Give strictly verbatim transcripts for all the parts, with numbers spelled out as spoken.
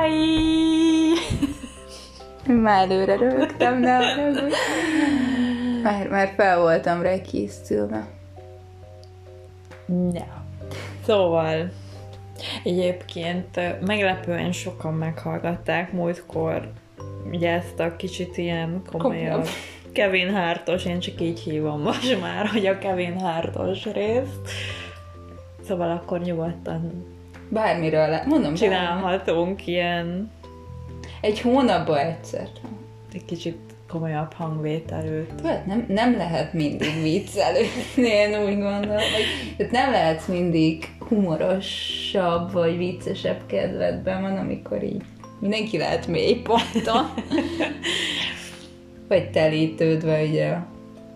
Jaj! Már előre rögtem, ne haragudj. Már, már fel voltam rá készülve. Ja. Szóval, egyébként meglepően sokan meghallgatták múltkor ugye ezt a kicsit ilyen komolyabb Kevin Hartos, én csak így hívom most már, hogy a Kevin Hartos részt. Szóval akkor nyugodtan bármiről le, mondom, csinálhatunk bármi. Ilyen egy hónapban egyszer. Egy kicsit komolyabb hangvételőt. Hát nem, nem lehet mindig viccelődni, én úgy gondolom. Hogy, nem lehet mindig humorosabb vagy viccesebb kedvedben van, amikor így mindenki lehet mélyponton. Vagy telítődve ugye a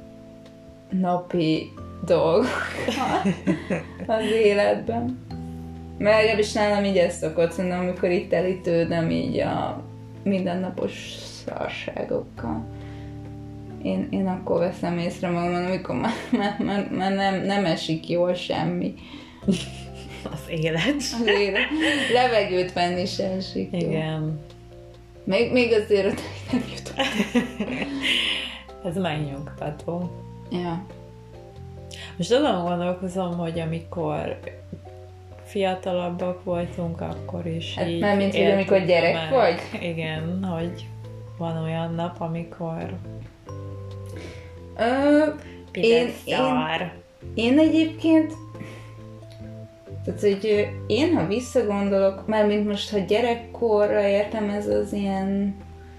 napi dolgokkal az életben. Mert legalábbis nálam így ez szokott, szerintem, amikor itt telítődöm így a mindennapos szarságokkal. Én, én akkor veszem észre magam, amikor már, már, már, már nem, nem esik jól semmi. Az élet. Az élet. Levegőt venni sem esik jól. Igen. Még, még azért nem jutott. Ez megnyugtató. Ja. Most azon gondolkozom, hogy amikor fiatalabbak voltunk, akkor is hát így... Már mint hogy amikor gyerek meg. vagy? Igen, hogy van olyan nap, amikor... Ö, én, én, én egyébként... Tehát, hogy én, ha visszagondolok, már mint most, ha gyerekkorra értem, ez az ilyen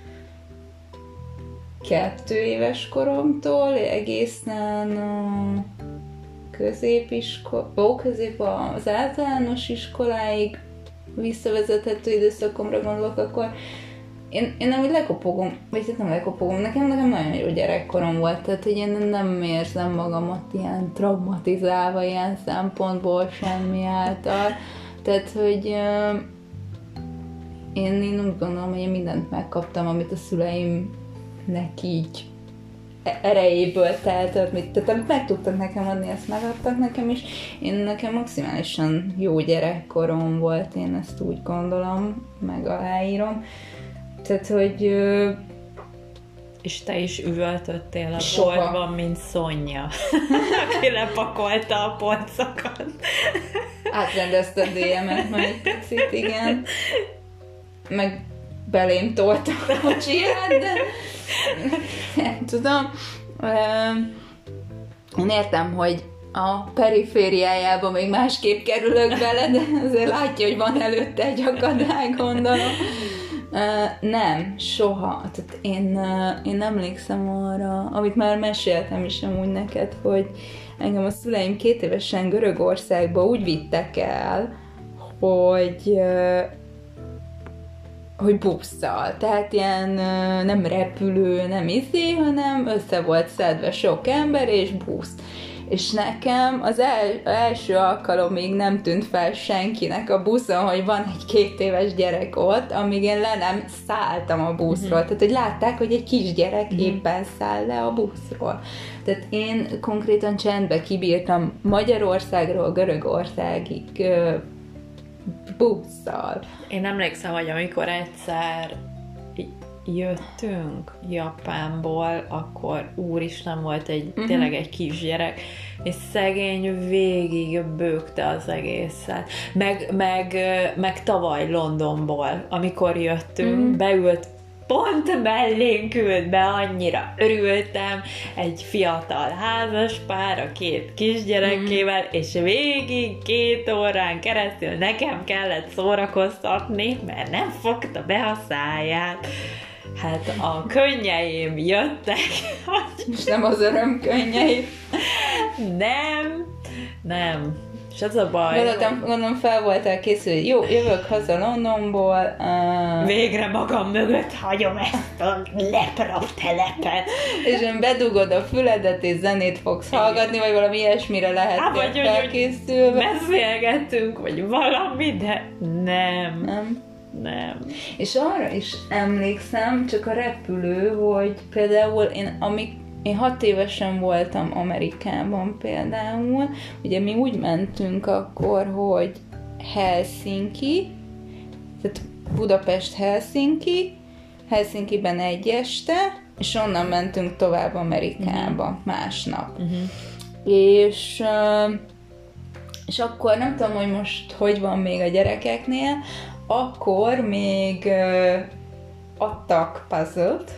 kettő éves koromtól egészen a középiskola, ó, közép az általános iskoláig visszavezethető időszakomra gondolok, akkor én, én nem úgy lekopogom, vagy hát nem lekopogom, nekem, nekem nagyon jó gyerekkorom volt, tehát hogy én nem érzem magamat ilyen traumatizálva ilyen szempontból semmi által, tehát hogy euh, én, én úgy gondolom, hogy én mindent megkaptam, amit a szüleimnek így erejéből telt, tehát amit meg tudtak nekem adni, ezt megadtak nekem is. Én nekem maximálisan jó gyerekkorom volt, én ezt úgy gondolom, meg aláírom. Tehát, hogy... És te is üvöltöttél a soha. boltban, mint Szonya, aki lepakolta a polcokat. Átrendezte a dé emet majd egy picit, igen. Meg belém tolta a kocsiját, de nem tudom. Én értem, hogy a perifériájába még másképp kerülök bele, de azért látja, hogy van előtte egy akadály, gondolom. Nem, soha. Tehát én, én emlékszem arra, amit már meséltem is amúgy neked, hogy engem a szüleim két évesen Görögországba úgy vittek el, hogy hogy busszal. Tehát ilyen nem repülő, nem izé, hanem össze volt szedve sok ember és busz. És nekem az el, első alkalomig nem tűnt fel senkinek a buszon, hogy van egy két éves gyerek ott, amíg én le nem szálltam a buszról. Mm-hmm. Tehát, hogy látták, hogy egy kisgyerek mm-hmm. éppen száll le a buszról. Tehát én konkrétan csendbe kibírtam Magyarországról Görögországig busszal. Én emlékszem, hogy amikor egyszer jöttünk Japánból, akkor úristen volt egy, uh-huh. tényleg egy kisgyerek, és szegény végig bőgte az egészet. Meg, meg, meg tavaly Londonból, amikor jöttünk, uh-huh. beült pont mellénk ült be, annyira örültem, egy fiatal házas pár a két kisgyerekével, mm. és végig két órán keresztül nekem kellett szórakoztatni, mert nem fogta be a száját. Hát a könnyeim jöttek. És nem az öröm könnyeim. Nem, nem. És az a baj. Gondoltam, gondolom fel voltál készülni. Jó, jövök haza Londonból. Uh... Végre magam mögött hagyom ezt a leprap telepet. És ön bedugod a füledet, és zenét fogsz hallgatni, vagy valami ilyesmire lehet hát, felkészülve. Beszélgettünk, vagy valami, de nem. Nem. Nem. És arra is emlékszem, csak a repülő, hogy például én, amik Én hat évesen voltam Amerikában például, ugye mi úgy mentünk akkor, hogy Helsinki, tehát Budapest-Helsinki, Helsinkiben egy este, és onnan mentünk tovább Amerikába uh-huh. másnap. Uh-huh. És, és akkor nem tudom, hogy most hogy van még a gyerekeknél, akkor még adtak puzzle-t.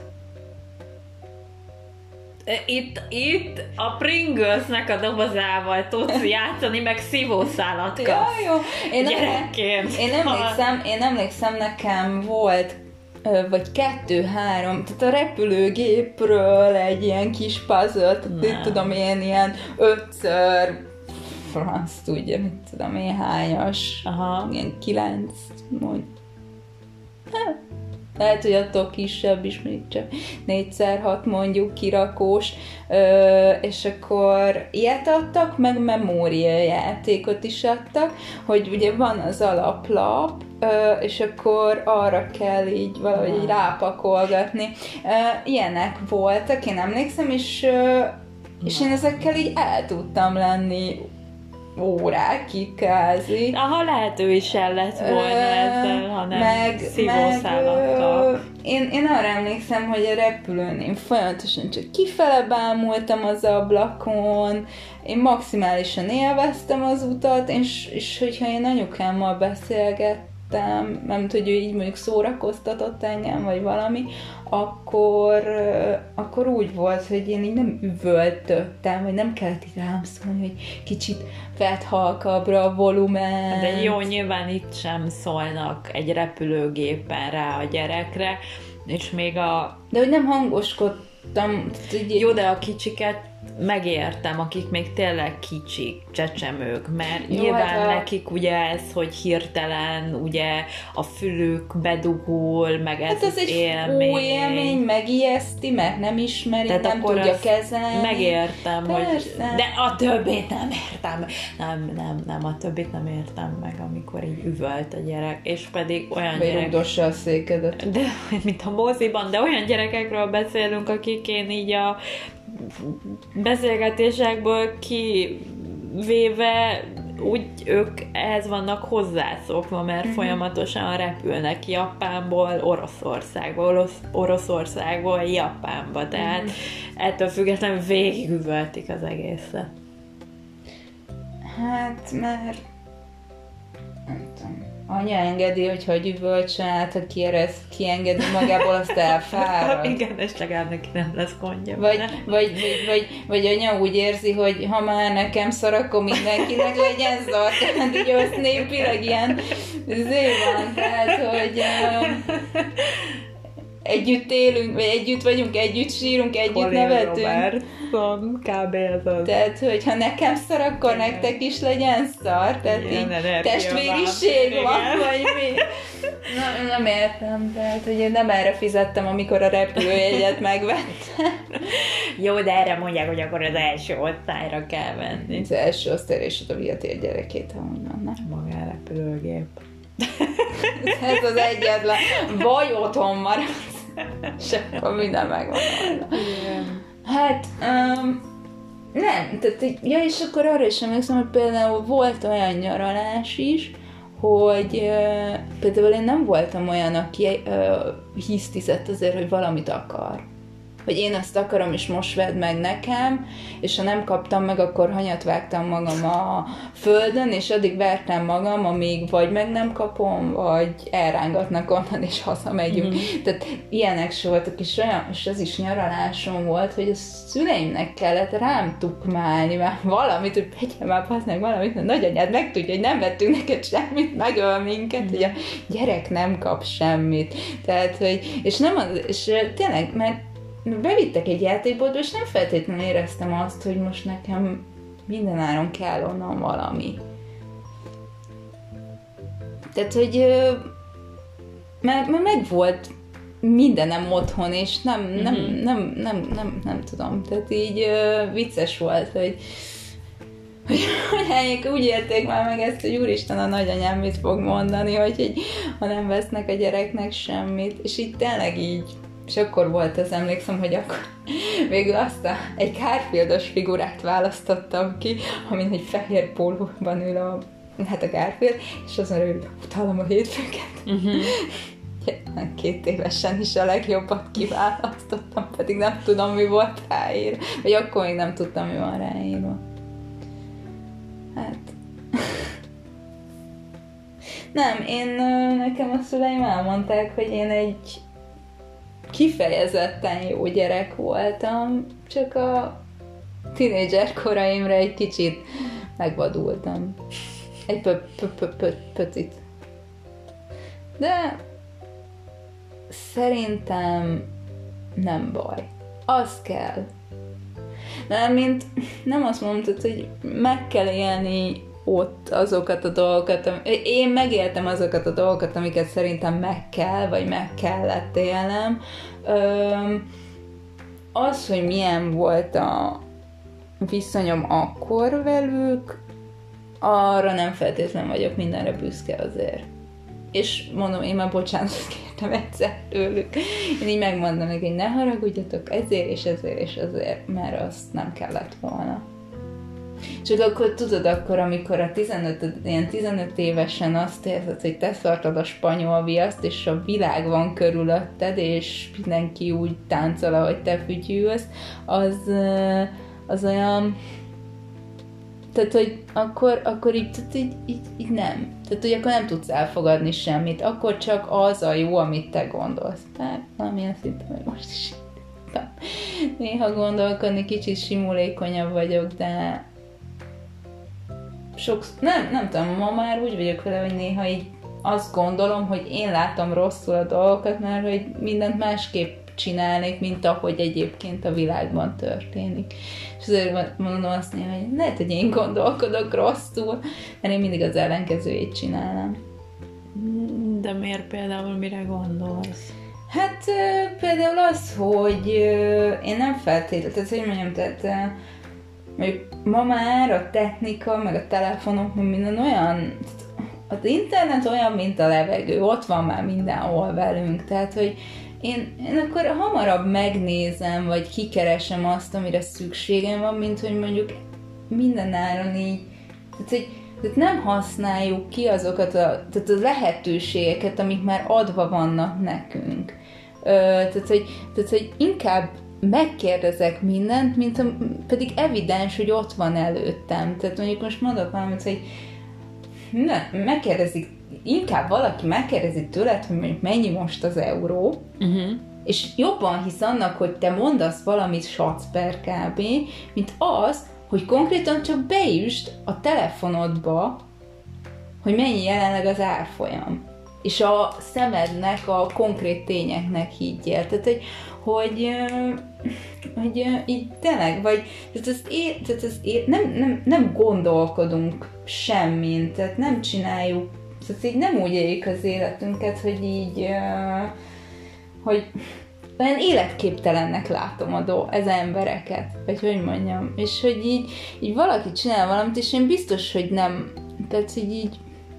Itt, itt a Pringlesnek a dobozával tudsz játszani, meg szívószálat kapsz. Ja, jó. Én, Gyerekként. Én emlékszem, én emlékszem, nekem volt vagy kettő-három, tehát a repülőgépről egy ilyen kis puzzle-t, itt tudom én, ilyen ötször, franc tudja, mit tudom én, hányas, aha. Ilyen kilenc, mondj. Lehet, hogy attól kisebb is, még csak négyszer hat mondjuk kirakós, ö, és akkor ilyet adtak, meg memóriajátékot is adtak, hogy ugye van az alaplap, ö, és akkor arra kell így valahogy így rápakolgatni. Ö, ilyenek voltak, én emlékszem, és, ö, és én ezekkel így el tudtam lenni órákig kázi. Aha, lehető is el lett volna ezzel, hanem meg, szívószálakkal. Meg, én, én arra emlékszem, hogy a repülőn én folyamatosan csak kifele bámultam az ablakon, én maximálisan élveztem az utat, és, és hogyha én anyukámmal beszélgettem, nem tudja, hogy így mondjuk szórakoztatott engem, vagy valami, akkor, akkor úgy volt, hogy én így nem üvöltöttem, vagy nem kellett így rám szólni, hogy kicsit vedd halkabbra a volument. De jó, nyilván itt sem szólnak egy repülőgépen rá a gyerekre, és még a... De hogy nem hangoskodtam. Jó, de a kicsiket megértem, akik még tényleg kicsik, csecsemők, mert jó, nyilván hát a... nekik ugye ez, hogy hirtelen ugye a fülük bedugul, meg ez hát az, az élmény. új élmény, megijeszti, mert nem ismeri, tehát nem tudja kezelni. Megértem, persze. Hogy... De a többit nem értem. Nem, nem, nem, a többit nem értem meg, amikor így üvölt a gyerek, és pedig olyan vagy gyerek... rugdossa a székedet. De, mint a moziban, de olyan gyerekekről beszélünk, akik én így a beszélgetésekből kivéve úgy ők ehhez vannak hozzászokva, mert mm-hmm. folyamatosan repülnek Japánból Oroszországba, Orosz, Oroszországból Japánba, tehát mm-hmm. ettől függetlenül végigüvöltik az egészet. Hát, mert nem tudom, anya engedi, hogyha üvölcsön át, ha kiérez, kiengedi magából, azt elfárad. Igen, és legalább neki nem lesz gondja. Vagy, vagy, vagy, vagy, vagy anya úgy érzi, hogy ha már nekem szar, akkor mindenkinek legyen szar. Tehát így azt népileg ilyen zé van. Tehát, hogy uh, együtt élünk, vagy együtt vagyunk, együtt sírunk, együtt Colin nevetünk. Robertson, kb. Ez az. Tehát, hogy ha nekem szar, akkor igen. nektek is legyen szar. Tehát igen, így testvériség van, vagy mi? Na, nem értem, tehát, hogy én nem erre fizettem, amikor a repülőjegyet megvettem. Jó, de erre mondják, hogy akkor az első osztályra kell venni. Az első osztályra és a viatér gyerekét, ha úgy van, nem? Magánrepülőgép. Ez az egyetlen. Vagy otthon maradsz, és akkor minden megvan. Igen. Hát, um, nem, tehát, ja, és akkor arra is emlékszem, hogy például volt olyan nyaralás is, hogy uh, például én nem voltam olyan, aki uh, hisztizett azért, hogy valamit akar. Hogy én azt akarom, és most vedd meg nekem, és ha nem kaptam meg, akkor hanyat vágtam magam a földön, és addig vertem magam, amíg vagy meg nem kapom, vagy elrángatnak onnan, és hazamegyünk. Mm-hmm. Tehát ilyenek se voltak, és, olyan, és az is nyaralásom volt, hogy a szüleimnek kellett rám tukmálni már valamit, hogy Petya, már passz valamit, mert nagyanyád megtudja, hogy nem vettünk neked semmit, megöl minket, mm-hmm. hogy a gyerek nem kap semmit. Tehát, hogy, és nem az, és tényleg, mert bevittek egy játékboltba, és nem feltétlenül éreztem azt, hogy most nekem mindenáron kell onnan valami. Tehát, hogy mert, mert meg volt mindenem otthon, és nem, nem, mm-hmm. nem, nem, nem, nem tudom. Tehát így vicces volt, hogy hogy, hogy úgy érték már meg ezt, hogy úristen, a nagyanyám mit fog mondani, hogy, hogy ha nem vesznek a gyereknek semmit. És így tényleg így. És akkor volt az, emlékszem, hogy akkor végül azt a, egy Garfieldos figurát választottam ki, amin egy fehér pólóban ül a hát a Garfield, és azt mondja, hogy utálom a hétfőket. Uh-huh. Két évesen is a legjobbat kiválasztottam, pedig nem tudom, mi volt ráírva. Vagy akkor még nem tudtam, mi van ráírva. Hát... Nem, én, nekem a szüleim elmondták, hogy én egy kifejezetten jó gyerek voltam, csak a tínédzser koraimra egy kicsit megvadultam. Egy pöcit. De szerintem nem baj. Az kell. Nem, mint nem azt mondtad, hogy meg kell élni ott azokat a dolgokat, én megéltem azokat a dolgokat, amiket szerintem meg kell, vagy meg kellett élnem. Az, hogy milyen volt a viszonyom akkor velük, arra nem feltétlenül vagyok mindenre büszke azért. És mondom, én már bocsánatot kértem egyszer tőlük. Én így megmondom neki, hogy ne haragudjatok ezért és ezért és ezért, mert azt nem kellett volna. Csak akkor tudod, akkor, amikor a tizenöt, ilyen tizenöt évesen azt érzed, hogy te szartad a spanyol viaszt, és a világ van körülötted, és mindenki úgy táncol, ahogy te fütyülsz, az, az olyan... Tehát, hogy akkor, akkor így, tehát így, így, így nem. Tehát, hogy akkor nem tudsz elfogadni semmit. Akkor csak az a jó, amit te gondolsz. Tehát valamilyen szinten, hogy most is néha gondolkodni, kicsit simulékonyabb vagyok, de sok, nem, nem tudom, ma már úgy vagyok vele, hogy néha így azt gondolom, hogy én látom rosszul a dolgokat, mert hogy mindent másképp csinálnék, mint ahogy egyébként a világban történik. És azért mondom azt néha, hogy lehet, hogy én gondolkodok rosszul, mert én mindig az ellenkezőjét csinálnám. De miért például mire gondolsz? Hát például az, hogy én nem feltétlenül, tehát hogy mondjam, tehát mondjuk ma már a technika, meg a telefonok, meg minden olyan, az internet olyan, mint a levegő, ott van már mindenhol velünk, tehát hogy én, én akkor hamarabb megnézem, vagy kikeresem azt, amire szükségem van, mint hogy mondjuk mindenáron így, tehát, hogy, tehát nem használjuk ki azokat a, tehát a lehetőségeket, amik már adva vannak nekünk. Ö, tehát, hogy, tehát, hogy inkább megkérdezek mindent, mint a, pedig evidens, hogy ott van előttem. Tehát mondjuk most mondok valamit, hogy ne, megkérdezik, inkább valaki megkérdezi tőled, hogy mondjuk mennyi most az euró, uh-huh. és jobban hisz annak, hogy te mondasz valamit sac per kb., mint az, hogy konkrétan csak beüsd a telefonodba, hogy mennyi jelenleg az árfolyam. És a szemednek, a konkrét tényeknek higgyél. Tehát, hogy, hogy, hogy így tényleg, vagy tehát az é, tehát az é, nem, nem, nem gondolkodunk semmin, tehát nem csináljuk, tehát így nem úgy éljük az életünket, hogy így, hogy olyan életképtelennek látom a do, ez embereket, vagy hogy mondjam, és hogy így, így valaki csinál valamit, és én biztos, hogy nem, tehát hogy így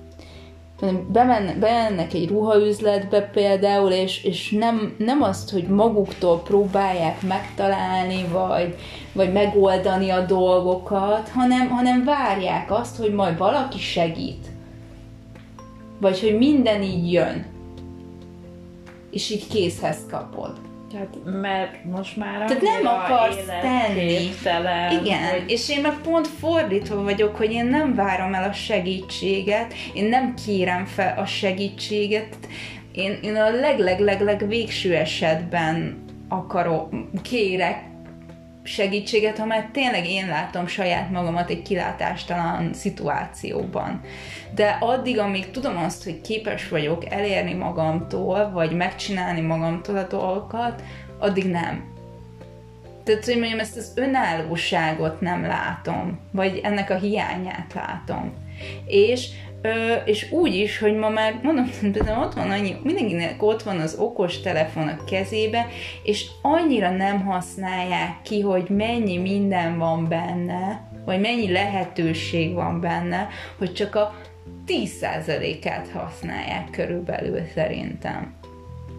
Bemenne, bemennek egy ruhaüzletbe például, és, és nem, nem azt, hogy maguktól próbálják megtalálni, vagy, vagy megoldani a dolgokat, hanem, hanem várják azt, hogy majd valaki segít. Vagy hogy minden így jön. És így készhez kapod. Tehát, mert most már tehát nem akarsz tenni. Igen, hogy... és én meg pont fordítva vagyok, hogy én nem várom el a segítséget, én nem kérem fel a segítséget, én, én a leg-leg-leg-leg végső esetben akarok, kérek segítséget, ha már tényleg én látom saját magamat egy kilátástalan szituációban. De addig, amíg tudom azt, hogy képes vagyok elérni magamtól, vagy megcsinálni magamtól a dolgokat, addig nem. Tehát, hogy mondjam, ezt az önállóságot nem látom, vagy ennek a hiányát látom. És, ö, és úgy is, hogy ma már, mondom, ott van annyi, mindenkinek ott van az okos telefon a kezébe, és annyira nem használják ki, hogy mennyi minden van benne, vagy mennyi lehetőség van benne, hogy csak a tíz százalékát használják körülbelül szerintem.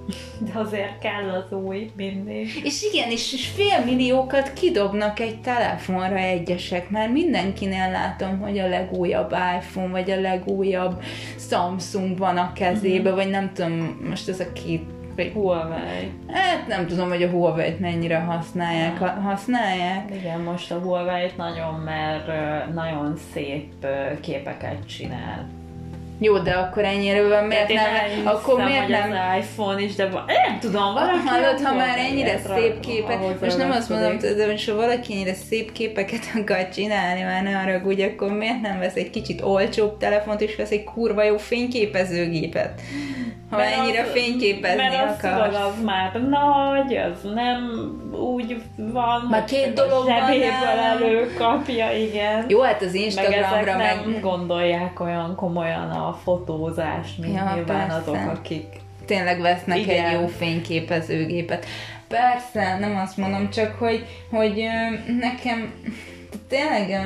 De azért kell az új mindig. És igen, és, és félmilliókat kidobnak egy telefonra egyesek, mert mindenkinél látom, hogy a legújabb iPhone, vagy a legújabb Samsung van a kezébe, mm-hmm. vagy nem tudom, most ez a két Huawei. Hát nem tudom, hogy a Huawei-t mennyire használják. Ha, használják? Igen, most a Huawei-t nagyon, mert nagyon szép képeket csinál. Jó, de akkor ennyire van, miért nem? nem akkor hiszem, miért nem? Az iPhone is, de nem tudom, valaki... Hallod, ha már ennyire szép képek, most nem azt mondom, de most ha valaki ennyire szép képeket akar csinálni, már ne haragudj, akkor miért nem vesz egy kicsit olcsóbb telefont, és vesz egy kurva jó fényképezőgépet? Ha mert ennyire az, fényképezni mert akarsz. Mert az már nagy, az nem úgy van, már két dolog van zsebéből előkapja, igen. Jó, hát az Instagramra meg... meg... nem gondolják olyan komolyan a fotózást, mint ja, nyilván persze. azok, akik... Tényleg vesznek igen. egy jó fényképezőgépet. Persze, nem azt mondom, csak hogy, hogy nekem tényleg...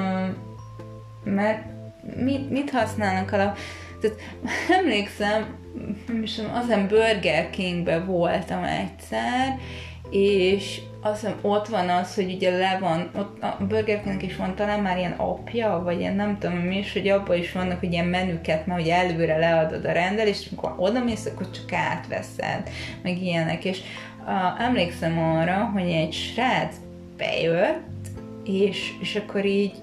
Mert mit, mit használnak alap? Tehát emlékszem, aztán Burger Kingbe voltam egyszer, és azt hiszem ott van az, hogy ugye le van, ott a Burger Kingnek is van talán már ilyen appja, vagy ilyen nem tudom mi is, hogy abban is vannak hogy ilyen menüket, mert hogy előre leadod a rendelést, és amikor oda mész, akkor csak átveszed, meg ilyenek, és uh, emlékszem arra, hogy egy srác bejött, és, és akkor így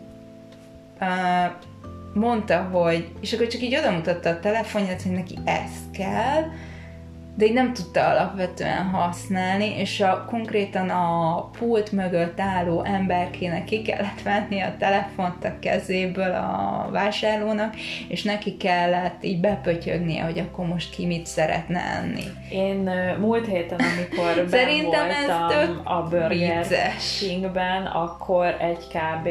uh, mondta, hogy, és akkor csak így odamutatta a telefonját, hogy neki ez kell, de így nem tudta alapvetően használni, és a, konkrétan a pult mögött álló emberkének ki kellett venni a telefont a kezéből a vásárlónak, és neki kellett így bepötyögnie, hogy akkor most ki mit szeretne enni. Én múlt héten, amikor benn voltam a Burger Kingben, akkor egy kb.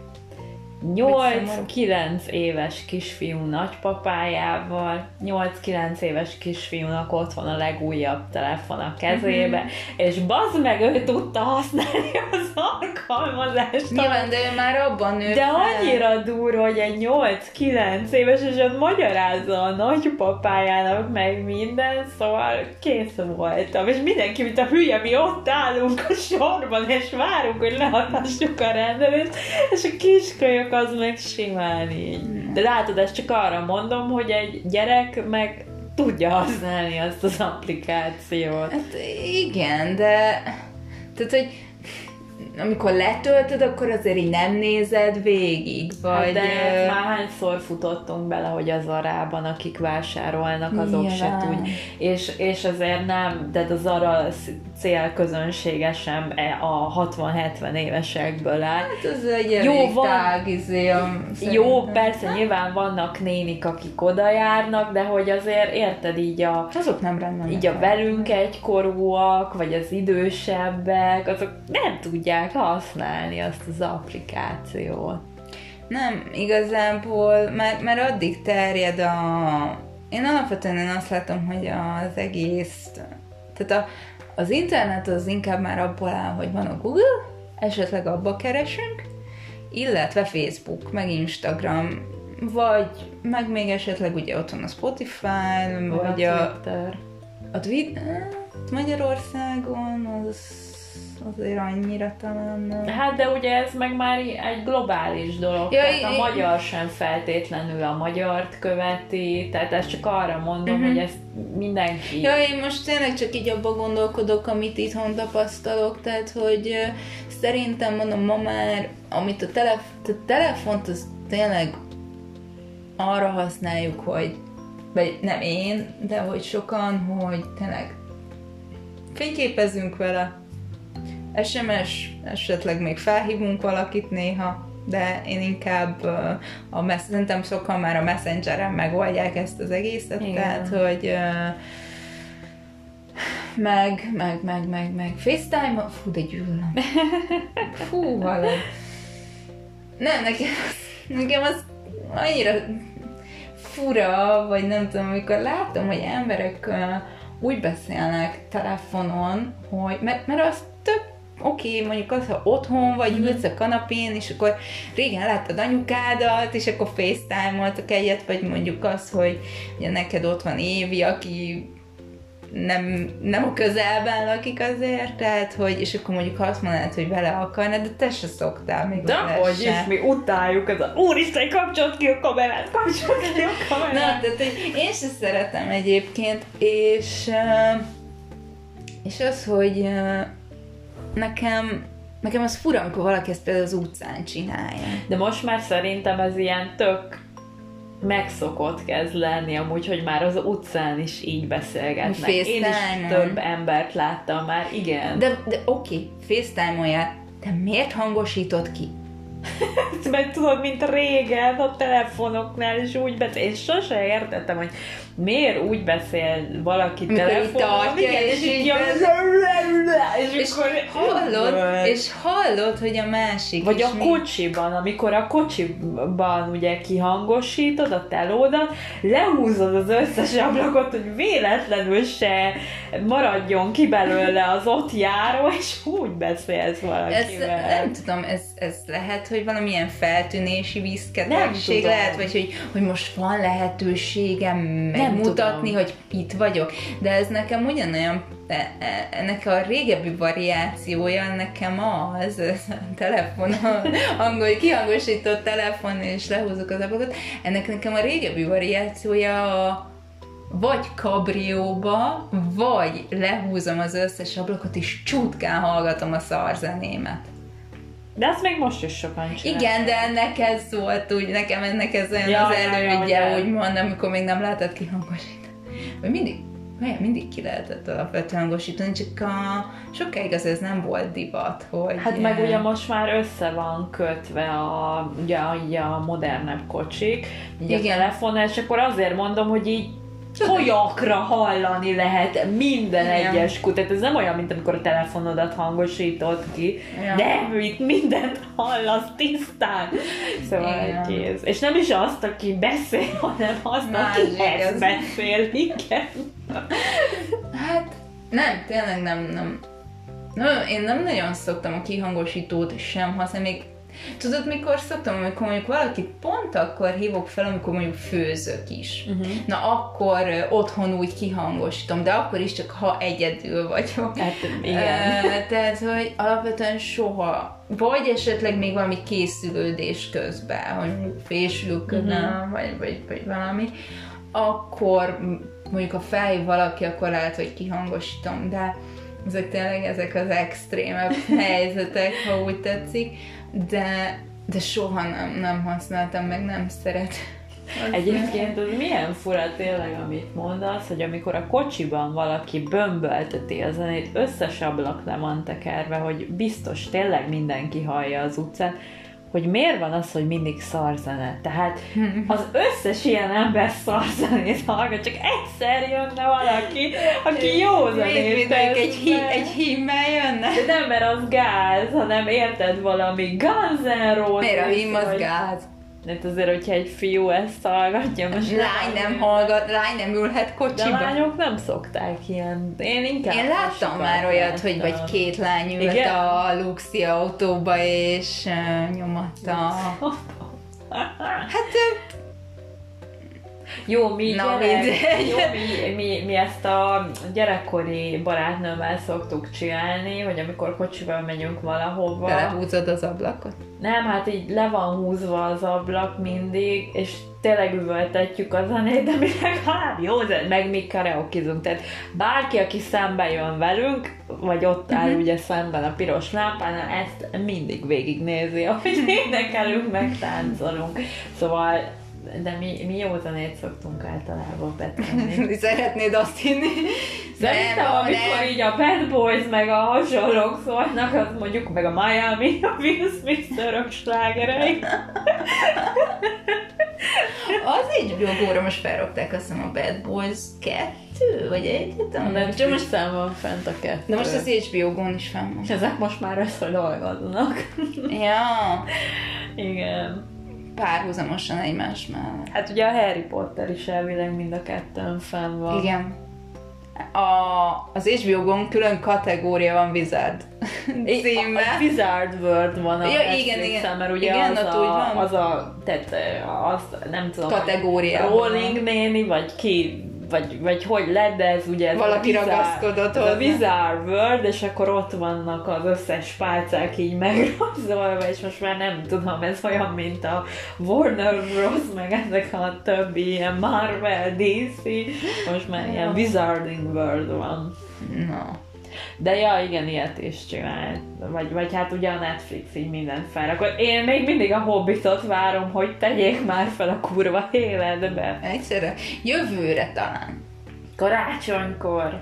nyolc-kilenc éves kisfiú nagypapájával, nyolc-kilenc éves kisfiúnak ott van a legújabb telefon a kezébe, mm-hmm. és bazd meg, ő tudta használni az alkalmazást. Nyilván, de ő már abban nőtt De annyira durva, hogy egy nyolc-kilenc éves, és ott magyarázza a nagypapájának meg minden, szóval kész voltam. És mindenki, mint a hülye, mi ott állunk a sorban, és várunk, hogy leadhassuk a rendelést, és a kiskölyök az meg simán így. De látod, ezt csak arra mondom, hogy egy gyerek meg tudja használni azt az applikációt. Hát igen, de tehát, hogy amikor letöltöd, akkor azért így nem nézed végig, vagy... Hát de uh... már hányszor futottunk bele, hogy az Zarában, akik vásárolnak, azok nyilván. Se tudj. És, és azért nem, de a Zara célközönsége sem a hatvan-hetven évesekből áll. Hát az egy elég tág, izé, jó, persze, nyilván vannak nénik, akik oda járnak, de hogy azért érted így a... Azok nem rendben. Így a velünk egykorúak, vagy az idősebbek, azok nem tudják használni azt az applikációt. Nem, igazából, mert, mert addig terjed a... Én alapvetően azt látom, hogy az egész... Tehát a, az internet az inkább már abból áll, hogy van a Google, esetleg abba keresünk, illetve Facebook, meg Instagram, vagy meg még esetleg ugye ott van a Spotify, vagy, vagy a... Twitter. A Twitter... Magyarországon az... azért annyira talán nem. Hát de ugye ez meg már egy globális dolog, ja, tehát a magyar sem feltétlenül a magyart követi, tehát ezt csak arra mondom, uh-huh. hogy ezt mindenki... Ja, én most tényleg csak így abba gondolkodok, amit itthon tapasztalok, tehát hogy uh, szerintem mondom ma már, amit a, telef- a telefont az tényleg arra használjuk, hogy vagy nem én, de hogy sokan, hogy tényleg fényképezünk vele, es em es, esetleg még felhívunk valakit néha, de én inkább a mess- szerintem sokan már a Messengeren megoldják ezt az egészet, igen. Tehát, hogy meg, meg, meg, meg, meg FaceTime, fú, de gyűlöm. Fú, valami. Nem, nekem, nekem az annyira fura, vagy nem tudom, amikor látom, hogy emberek úgy beszélnek telefonon, hogy, mert, mert az tök oké, okay, mondjuk az, ha otthon vagy, ülsz a kanapén, és akkor régen láttad anyukádat, és akkor FaceTime-oltak egyet, vagy mondjuk az, hogy ugye neked ott van Évi, aki nem, nem a közelben lakik azért, tehát, hogy, és akkor mondjuk ha azt mondanád, hogy vele akarnád, de te se szoktál még de hogy is, mi utáljuk ez a úristen, kapcsolt ki a kamerát, kapcsolt ki a kamerát. Na, tehát hogy én se szeretem egyébként, és, és az, hogy nekem Nekem az fura, amikor valaki ezt például az utcán csinálja. De most már szerintem ez ilyen tök megszokott kezd lenni, amúgy, hogy már az utcán is így beszélgetnek. Én is több embert láttam már, igen. De, de oké, okay, FaceTime-oljál, de miért hangosítod ki? Mert tudod, mint régen a telefonoknál is úgy beszél. Én sose értettem, hogy miért úgy beszél valaki telefonon, igen, és így jön, és, és hallod, és hallod, hogy a másik vagy a kocsiban, amikor a kocsiban ugye kihangosítod a telódat, lehúzod az összes ablakot, hogy véletlenül se maradjon ki belőle az ott járó, és úgy beszélsz valakivel. Ez, nem tudom, ez, ez lehet, hogy valamilyen feltűnési vízketegség lehet, vagy hogy, hogy most van lehetőségem megmutatni, hogy itt vagyok. De ez nekem ugyanolyan, ennek a régebbi variációja nekem az, ez a telefon, angol, kihangosított telefon, és lehúzok az ablakot, ennek nekem a régebbi variációja a vagy kabrióba, vagy lehúzom az összes ablakot, és csutkán hallgatom a szarzenémet. De azt még most is sokan csinálják. Igen, de ennek ez volt úgy, nekem ennek ez olyan ja, az elődje, ja, ja, úgymond, amikor még nem lehetett kihangosítani. Vagy mindig, olyan, mindig ki lehetett alapvetően hangosítani, csak a, sokáig az ez nem volt divat, hogy... Hát meg ugye most már össze van kötve a, ugye, ugye a modernebb kocsik, így a telefon, és akkor azért mondom, hogy így folyakra hallani lehet minden igen. egyes kutat. Ez nem olyan, mint amikor a telefonodat hangosítod ki. Ja. Nem, itt mindent hallasz tisztán. Szóval kész. És nem is azt, aki beszél, hanem azt, aki ezt beszél. Igen. Hát nem, tényleg nem, nem. No, én nem nagyon szoktam a kihangosítót sem használni, még tudod, mikor szoktam, amikor mondjuk valakit pont akkor hívok fel, amikor mondjuk főzök is. Uh-huh. Na akkor uh, otthon úgy kihangosítom, de akkor is csak ha egyedül vagyok. Hát igen. Uh, tehát, hogy alapvetően soha. Vagy esetleg még valami készülődés közben, hogy fésülök, uh-huh. vagy, vagy, vagy valami. Akkor mondjuk ha felhív valaki, akkor lehet, hogy kihangosítom, de ezek tényleg ezek az extrémebb helyzetek, ha úgy tetszik. De, de soha nem, nem használtam, meg nem szeret. Egyébként az milyen fura tényleg, amit mondasz, hogy amikor a kocsiban valaki bömbölteti a zenét, összes ablak le van tekerve, hogy biztos tényleg mindenki hallja az utcán, hogy miért van az, hogy mindig szarzene. Tehát az összes ilyen ember szarzenét hallgat, csak egyszer jönne valaki, aki jó zenét tesz. Egy, hí, egy hímmel jönne. De nem, mert az gáz, hanem érted valami Guns N' Roses. Miért a hím az gáz? Hát azért, hogyha egy fiú ezt hallgatja, most lány nem, nem hallgat, lány nem ülhet kocsiba. De lányok nem szokták ilyen. Én inkább... Én láttam már olyat, hogy vagy két lány ült igen? a Luxi autóba, és uh, nyomatta. Hát... Jó, mi, Na, gyerek, jó mi, mi, mi ezt a gyerekkori barátnőmmel szoktuk csinálni, hogy amikor kocsival megyünk valahova... Belehúzod az ablakot? Nem, hát így le van húzva az ablak mindig, és tényleg üvöltetjük a zenét, de mi legalább jó zenét, meg mi karaokizunk. Tehát bárki, aki szembe jön velünk, vagy ott áll uh-huh. ugye szemben a piros lámpánál, ezt mindig végignézi, ahogy énekelünk, meg táncolunk. Szóval de mi, mi jó zenét szoktunk általában betenni. Szeretnéd azt hinni? Szerintem, nem, amikor nem. így a Bad Boys meg a hasonlók szólnak, az mondjuk meg a Miami, a Will Smith örök slágerei. Az így jogóra most felrogták, azt hiszem, a Bad Boys kettő, vagy egy? Nem, csak most szám van fent a kettő. De most az há bé ó-gon is fenn van. Ezek most már összedolgoznak. Ja. Igen. Párhuzamosan egymás mellett. Hát ugye a Harry Potter is elvileg mind a kettőn fenn van. Igen. A, az há bé ó-gon külön kategória van Wizard címmel. A Wizard World van a ja, igen, igen. mert ugye igen, az, a, az a, tehát azt nem tudom, kategória Rowling néni, vagy ki vagy, vagy hogy lett, de ez ugye ez valaki a bizarre, ragaszkodott ez a Bizarre World, és akkor ott vannak az összes pálcák így megrajzolva, és most már nem tudom, ez olyan, mint a Warner Bros, meg ezek a többi ilyen Marvel, dé cé, most már ilyen Wizarding World van. No. De ja, igen, ilyet is csinált. Vagy, vagy hát ugye a Netflix így mindent fel. Akkor én még mindig a Hobbitot várom, hogy tegyék már fel a kurva életbe. Egyszerre. Jövőre talán. Karácsonykor.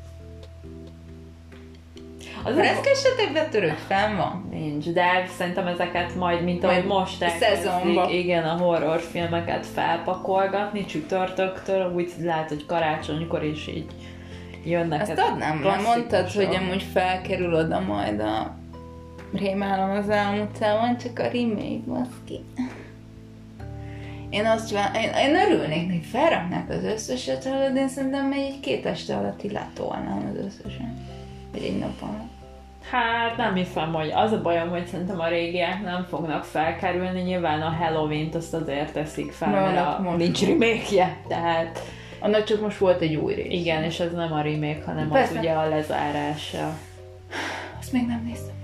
Az reszkesetekben török fenn van? Nincs, de szerintem ezeket majd, mint ahogy most elkezdik, igen, a horrorfilmeket felpakolgatni csütörtöktől, úgy lehet, hogy karácsonykor is így jönnek. Azt adnám, mert mondtad, hogy amúgy felkerül oda majd a Rémálom az Álom utcában, csak a remake, baszki. Én azt vá... én, én örülnék, hogy felraknák az összeset, de én szerintem még egy két este alatt így letolnám az összeset. Vagy egy nap alatt. Hát nem hiszem, hogy az a bajom, hogy szerintem a régiek nem fognak felkerülni, nyilván a Halloween-t azt azért teszik fel, mert a nincs remake-je, tehát... Annak csak most volt egy új rész. Igen, és ez nem a remake, hanem persze. az ugye a lezárása. Azt még nem néztem.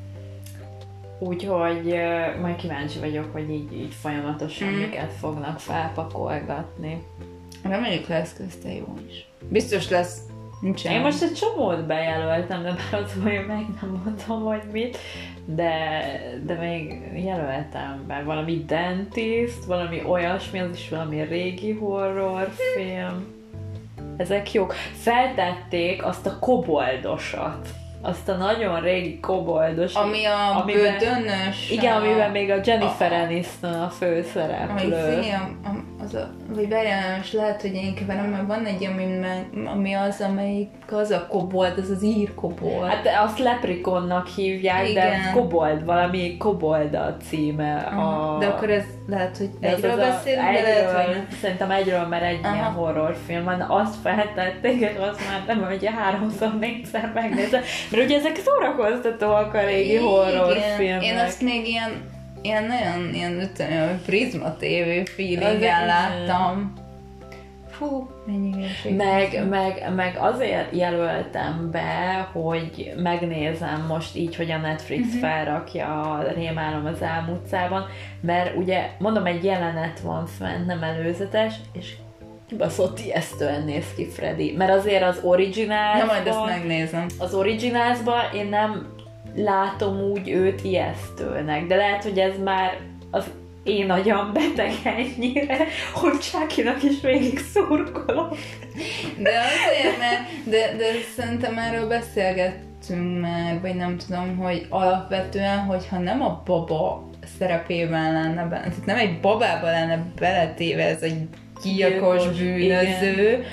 Úgyhogy uh, majd kíváncsi vagyok, hogy így, így folyamatosan mm. miket fognak felpakolgatni. Reméljük lesz közte jó is. Biztos lesz. Nincsen. Én most egy csomót bejelöltem, de bár az hogy meg nem mondom, hogy mit, de, de még jelöltem be valami Dentist, valami olyasmi, az is valami régi horrorfilm. Ezek jók. Feltették azt a koboldosat. Azt a nagyon régi koboldos. Ami a amiben, bödönös. Igen, a... amiben még a Jennifer Aniston a főszereplő. Ami az a, vagy várjál, most lehet, hogy én keverem, mert van egy, ami, ami az, amelyik az a kobold, az az ír kobold. Hát azt Leprechaunnak hívják, igen. De kobold, valami kobold a címe. A... De akkor ez lehet, hogy egyről beszélünk, de egyről, lehet, hogy... Szerintem egyről, mert egy aha. ilyen horrorfilm van, azt feltették, és azt már nem, hogy háromszor, négyszer megnézem. Mert ugye ezek szórakoztatóak a régi horrorfilmek. Én azt még ilyen, ilyen nagyon ilyen Prizma té vé feelinggel láttam. Fú, mennyi hülyeség. Meg, meg, meg azért jelöltem be, hogy megnézem most így, hogy a Netflix uh-huh. felrakja a Rémálom az Álom utcában, mert ugye, mondom, egy jelenet van fent, nem előzetes, és kibaszott ijesztően néz ki Freddy. Mert azért az originálsban... Na majd ezt megnézem. Az originálsban én nem látom úgy őt ijesztőnek, de lehet, hogy ez már az én agyam beteg ennyire, hogy Chucky-nak is végig szurkolok. De azért, mert de, de szerintem erről beszélgettünk már, vagy nem tudom, hogy alapvetően, hogyha nem a baba szerepében lenne benne, tehát nem egy babába lenne beletéve ez egy gyilkos bűnöző, igen.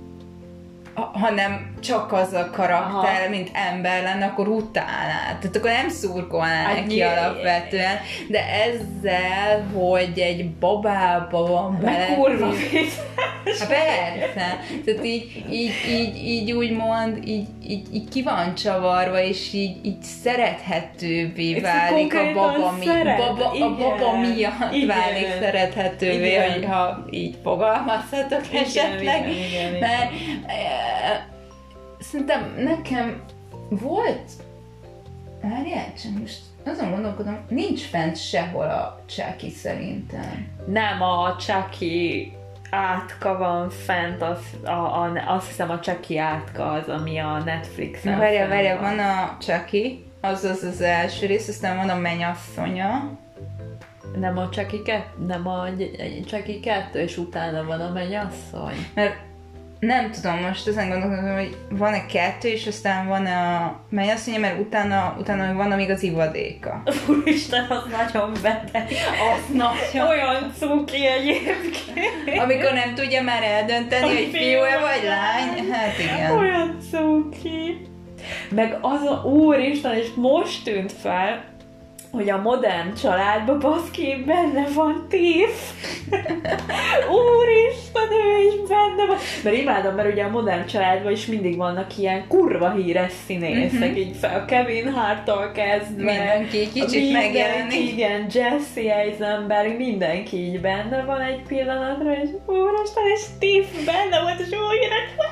hanem csak az a karakter, aha. mint ember lenne, akkor utálnád. Tehát akkor nem szurkolnál hát neki alapvetően, de ezzel, hogy egy babába van bele... kurva hát persze. Tehát így, így, így, így úgymond, így, így, így ki van csavarva, és így, így szerethetővé válik a baba, mi, baba, a baba miatt igen. válik szerethetővé, igen. hogyha így fogalmazhatok igen, esetleg. Igen, igen, igen. Mert e, szerintem nekem volt, várjál, csak most azon gondolkodom, nincs fent sehol a Chucky szerintem. Nem, a Chucky átka van fent, az, a, a, azt hiszem a Chucky átka az, ami a Netflixen várjál, várjál, van a Chucky, az az az első rész, aztán van a mennyasszonya. Nem a Chucky kettő, nem a Chucky kettő, és utána van a mennyasszony. Mert nem tudom, most ezen gondolkodom, hogy van-e kettő, és aztán van a mennyasszonya, mert utána, utána van még az ivadéka. Úristen, az nagyon beteg. Az nagyon. Olyan cuki egyébként. Amikor nem tudja már eldönteni, hogy fiú-e vagy lány. Hát igen. Olyan cuki. Meg az a úristen, és most tűnt fel, hogy a modern családban baszki benne van Tiff. Úristen, ő is benne van. Mert imádom, mert ugye a modern családban is mindig vannak ilyen kurva híres színészek, uh-huh. így fel Kevin Harttól kezdve. Mindenki kicsit megjelenik. Igen, Jesse Eisenberg, mindenki így benne van egy pillanatra, és úristen, és Tiff benne volt, és újra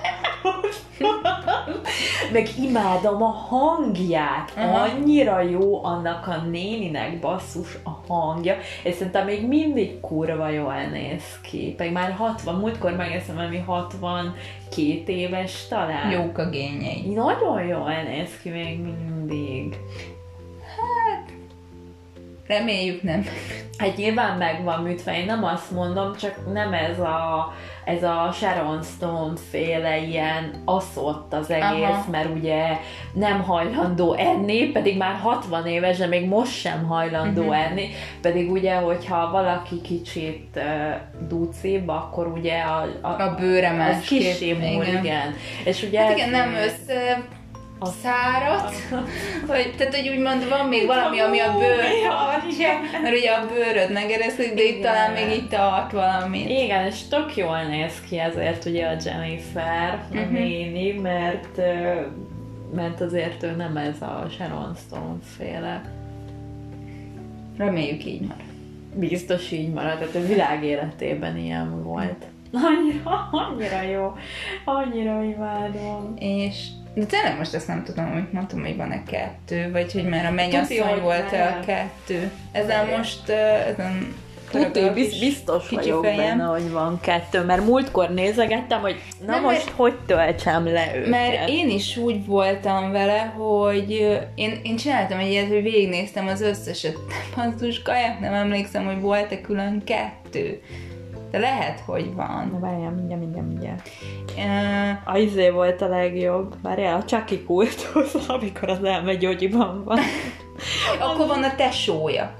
meg imádom a hangját, uh-huh. annyira jó annak a néninek basszus a hangja, és szerintem még mindig kurva jól néz ki, pedig már hatvan, múltkor megeszem, ami hatvankét éves talán. Jók a gényei. Nagyon jól néz ki még mindig. Hát, reméljük nem. Hát nyilván meg van műtve, én nem azt mondom, csak nem ez a, ez a Sharon Stone féle ilyen aszott az egész, aha. mert ugye nem hajlandó enni, pedig már hatvan éves, de még most sem hajlandó uh-huh. enni, pedig ugye, hogyha valaki kicsit uh, ducibb, akkor ugye a, a, a bőre másképp. Az kisimul, igen. igen. És ugye hát igen, nem össze... a szárat, vagy, tehát, hogy úgymond van még valami, ami a bőr tartja, mert ugye a bőröd megereszik, de itt talán még itt tart valami. Igen, és tök jól néz ki ezért ugye a Jennifer, a uh-huh. néni, mert, mert azért ő nem ez a Sharon Stone féle. Reméljük így marad. Biztos így marad, tehát a világ életében ilyen volt. Annyira, annyira jó, annyira imádom. És de tényleg most ezt nem tudom, amit mondtam, hogy van-e kettő, vagy hogy már a mennyasszony volt-e a kettő. Ezzel de most, uh, ezen Tuti, biztos vagyok fejem. benne, hogy van kettő, mert múltkor nézegettem, hogy na nem, most mert, hogy töltsem le őket. Mert én is úgy voltam vele, hogy én, én csináltam egy ilyet, hogy végignéztem az összeset. Basszus, kaját nem emlékszem, hogy volt-e külön kettő. De lehet, hogy van. Na várjál, mindjárt, mindjárt, mindjárt. Uh, a izé volt a legjobb. Várjál, a Chucky kultusz, amikor az elmegyógyiban van. Akkor van a tesója.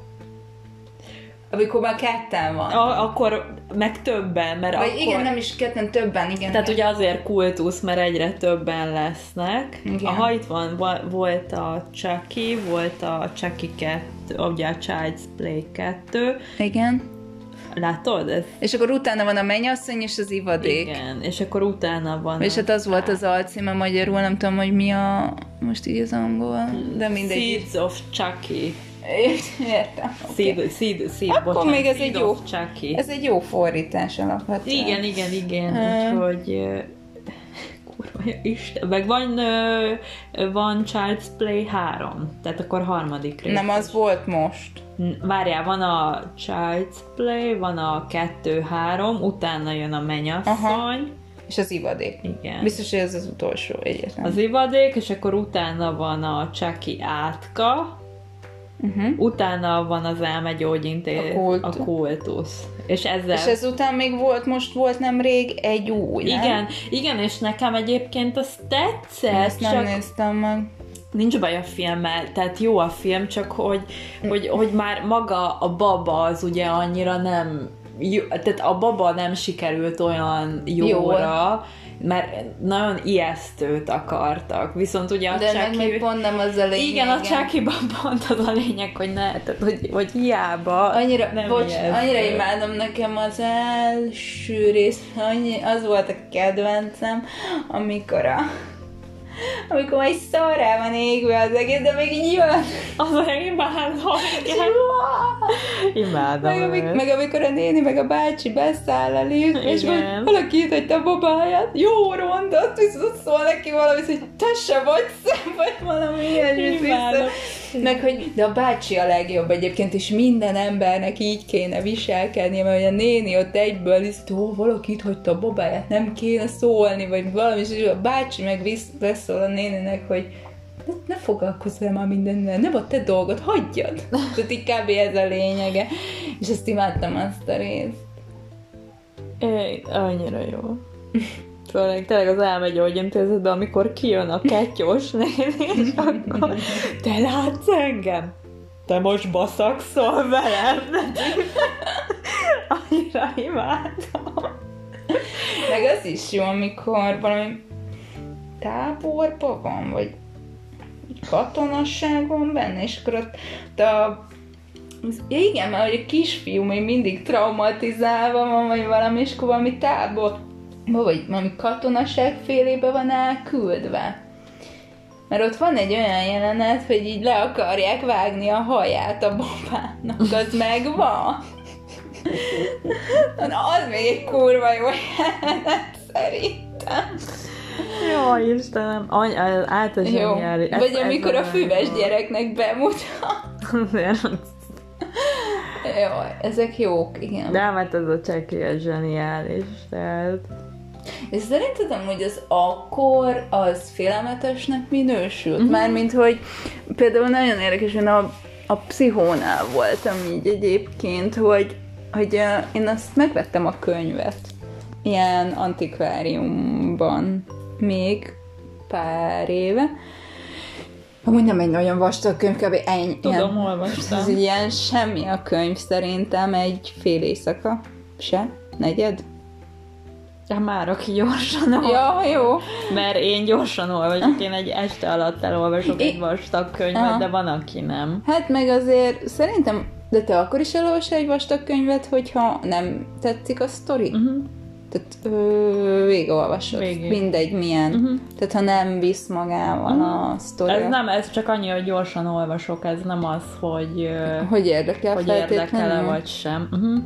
Amikor már ketten van. A, akkor meg többen, mert Vagy akkor... igen, nem is ketten, többen, igen. Tehát ugye azért kultusz, mert egyre többen lesznek. Igen. Aha, itt van, volt a Chucky, volt a Chucky kettő, ugye a Child's Play kettő. Igen. Látod? Ez... És akkor utána van a mennyasszony és az ivadék. Igen, és akkor utána van... És hát az á... volt az alcíme magyarul, nem tudom, hogy mi a... Most így az angol, de mindegy. Seeds of Chucky. Értem. Okay. Seed, seed, seed, akkor bocsánat, még ez seed egy jó, Chucky. Ez egy jó fordítás alapvetően. Igen, igen, igen. Um, Úgyhogy... Kurva, Isten. Meg van, van Child's Play három. Tehát akkor harmadik rész. Nem, az volt most. Várjál, van a Child's Play, van a kettő három, utána jön a mennyasszony. Aha. És az ivadék. Igen. Biztos, hogy ez az utolsó egyetlen. Az ivadék, és akkor utána van a Chucky átka, uh-huh. utána van az elmegyógyintéz, a, kult. a kultusz. És, ezzel... és ezután még volt, most volt nemrég egy új, nem? Igen, igen, és nekem egyébként az tetszett. Ezt nem csak... néztem meg. Nincs baj a filmmel, tehát jó a film, csak hogy, hogy, hogy már maga a baba az ugye annyira nem jó, tehát a baba nem sikerült olyan jóra, jó. mert nagyon ijesztőt akartak. Viszont ugye a de Chucky... még pont nem az a lényeg. Igen, a Chucky-ban pont az a lényeg, hogy ne, tehát hogy, hogy hiába annyira, nem bocs, annyira imádom, nekem az első rész, annyi, az volt a kedvencem, amikor a amikor majd szarrá van égve az egész, de még így jön. Az imádom. Imádom. Meg, amik, meg amikor a néni, meg a bácsi beszáll a liftbe, és vagy valaki itt hagyta a babáját, jó rond, azt viszont szól neki valami, hogy te se vagy szem, vagy valami ilyesmit vissza. Meg, hogy de a bácsi a legjobb egyébként, és minden embernek így kéne viselkednie, mert a néni ott egyből is, ó, valaki itt hagyta a babáját, nem kéne szólni, vagy valami, és a bácsi meg beszól a néninek, hogy ne, ne foglalkozz el már mindennel, nem a te dolgod, hagyjad. Tehát így kb. Ez a lényege. És ezt imádtam, azt a részt. É, annyira jó. Főleg tényleg az elmegyógyintézetben, amikor kijön a ketyos néni, és akkor te látsz engem? Te most baszakszol velem? Annyira imádom. Meg az is jó, amikor valami táborban van, vagy így katonasság van benne, és akkor ott, ott a ja igen, mert hogy a kisfiú még mindig traumatizálva van, vagy valami, és akkor valami tábor, vagy valami katonaság félébe van elküldve. Mert ott van egy olyan jelenet, hogy így le akarják vágni a haját a babának, az megvan. Na, az még egy kurva jó jelenet, szerintem. Jó, Istenem, any, át a zseniális. Vagy ezt, amikor a füves gyereknek bemutat. Jó, ezek jók, igen. De hát ez a cseki a zseniális, tehát... És szerinted amúgy az akkor az félelmetesnek minősült? Uh-huh. Mármint, hogy például nagyon érdekes, hogy a, a Pszichónál voltam így egyébként, hogy, hogy uh, én azt megvettem a könyvet ilyen antikváriumban még pár éve. Amúgy nem egy nagyon vastag könyv, kb. ennyi. Tudom, ilyen, olvastam. Ez ilyen semmi a könyv szerintem, egy fél éjszaka se, negyed. Ja, már aki gyorsan olvasok. Ja, jó. Mert én gyorsan olvasok, én egy este alatt elolvasok egy vastag könyvet, aha, de van, aki nem. Hát meg azért szerintem, de te akkor is elolvasol egy vastag könyvet, hogyha nem tetszik a sztori? Uh-huh. Tehát ö, végigolvasod. Végig. Mindegy milyen. Uh-huh. Tehát ha nem visz magával uh-huh. a sztori. Ez nem, ez csak annyi, hogy gyorsan olvasok, ez nem az, hogy hogy érdekel hogy érdekel-e vagy sem. Uh-huh.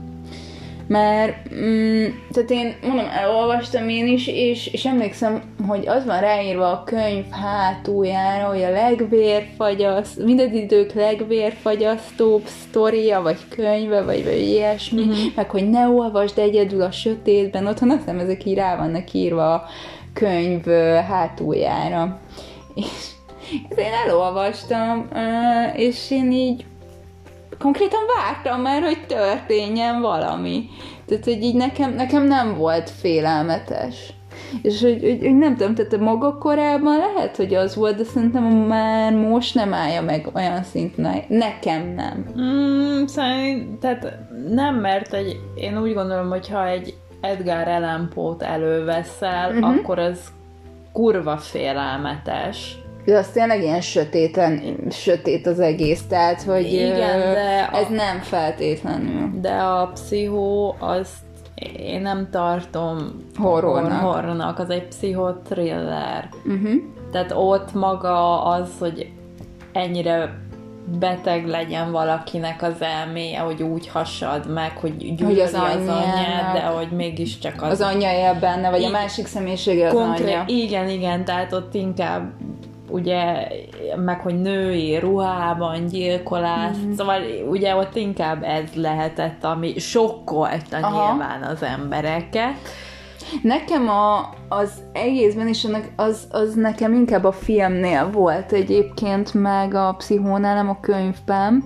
Mert, mm, tehát én mondom, elolvastam én is, és, és emlékszem, hogy az van ráírva a könyv hátuljára, hogy a legvérfagyaszt, minden idők legvérfagyasztóbb sztoria, vagy könyve, vagy, vagy ilyesmi, uh-huh. meg hogy ne olvasd egyedül a sötétben, otthon azt hiszem, ezek így rá vannak írva a könyv hátuljára. És én elolvastam, és én így konkrétan vártam már, hogy történjen valami. Tehát, hogy így nekem, nekem nem volt félelmetes. És hogy, hogy, hogy nem tudom, tehát a maga korában lehet, hogy az volt, de szerintem már most nem állja meg olyan szinten. Nekem nem. Mm, szerint, tehát nem, mert egy, én úgy gondolom, hogy ha egy Edgar Allan Poe-t előveszel, uh-huh. akkor az kurva félelmetes. De az tényleg ilyen sötétlen, sötét az egész, tehát, hogy igen, de ez a, nem feltétlenül. De a Pszichó, azt én nem tartom horrornak. horrornak, az egy pszichotriller. Uh-huh. Tehát ott maga az, hogy ennyire beteg legyen valakinek az elméje, hogy úgy hasad meg, hogy gyűlöli az, az anyját, de hogy mégiscsak az... Az anyja él benne, vagy a másik személyisége az konkrét, anyja. Igen, igen, tehát ott inkább ugye, meg hogy női ruhában gyilkolás, mm. szóval ugye ott inkább ez lehetett, ami sokkolta nyilván az embereket. Nekem a, az egészben is az, az nekem inkább a filmnél volt egyébként, meg a Pszichónál, nem a könyvben,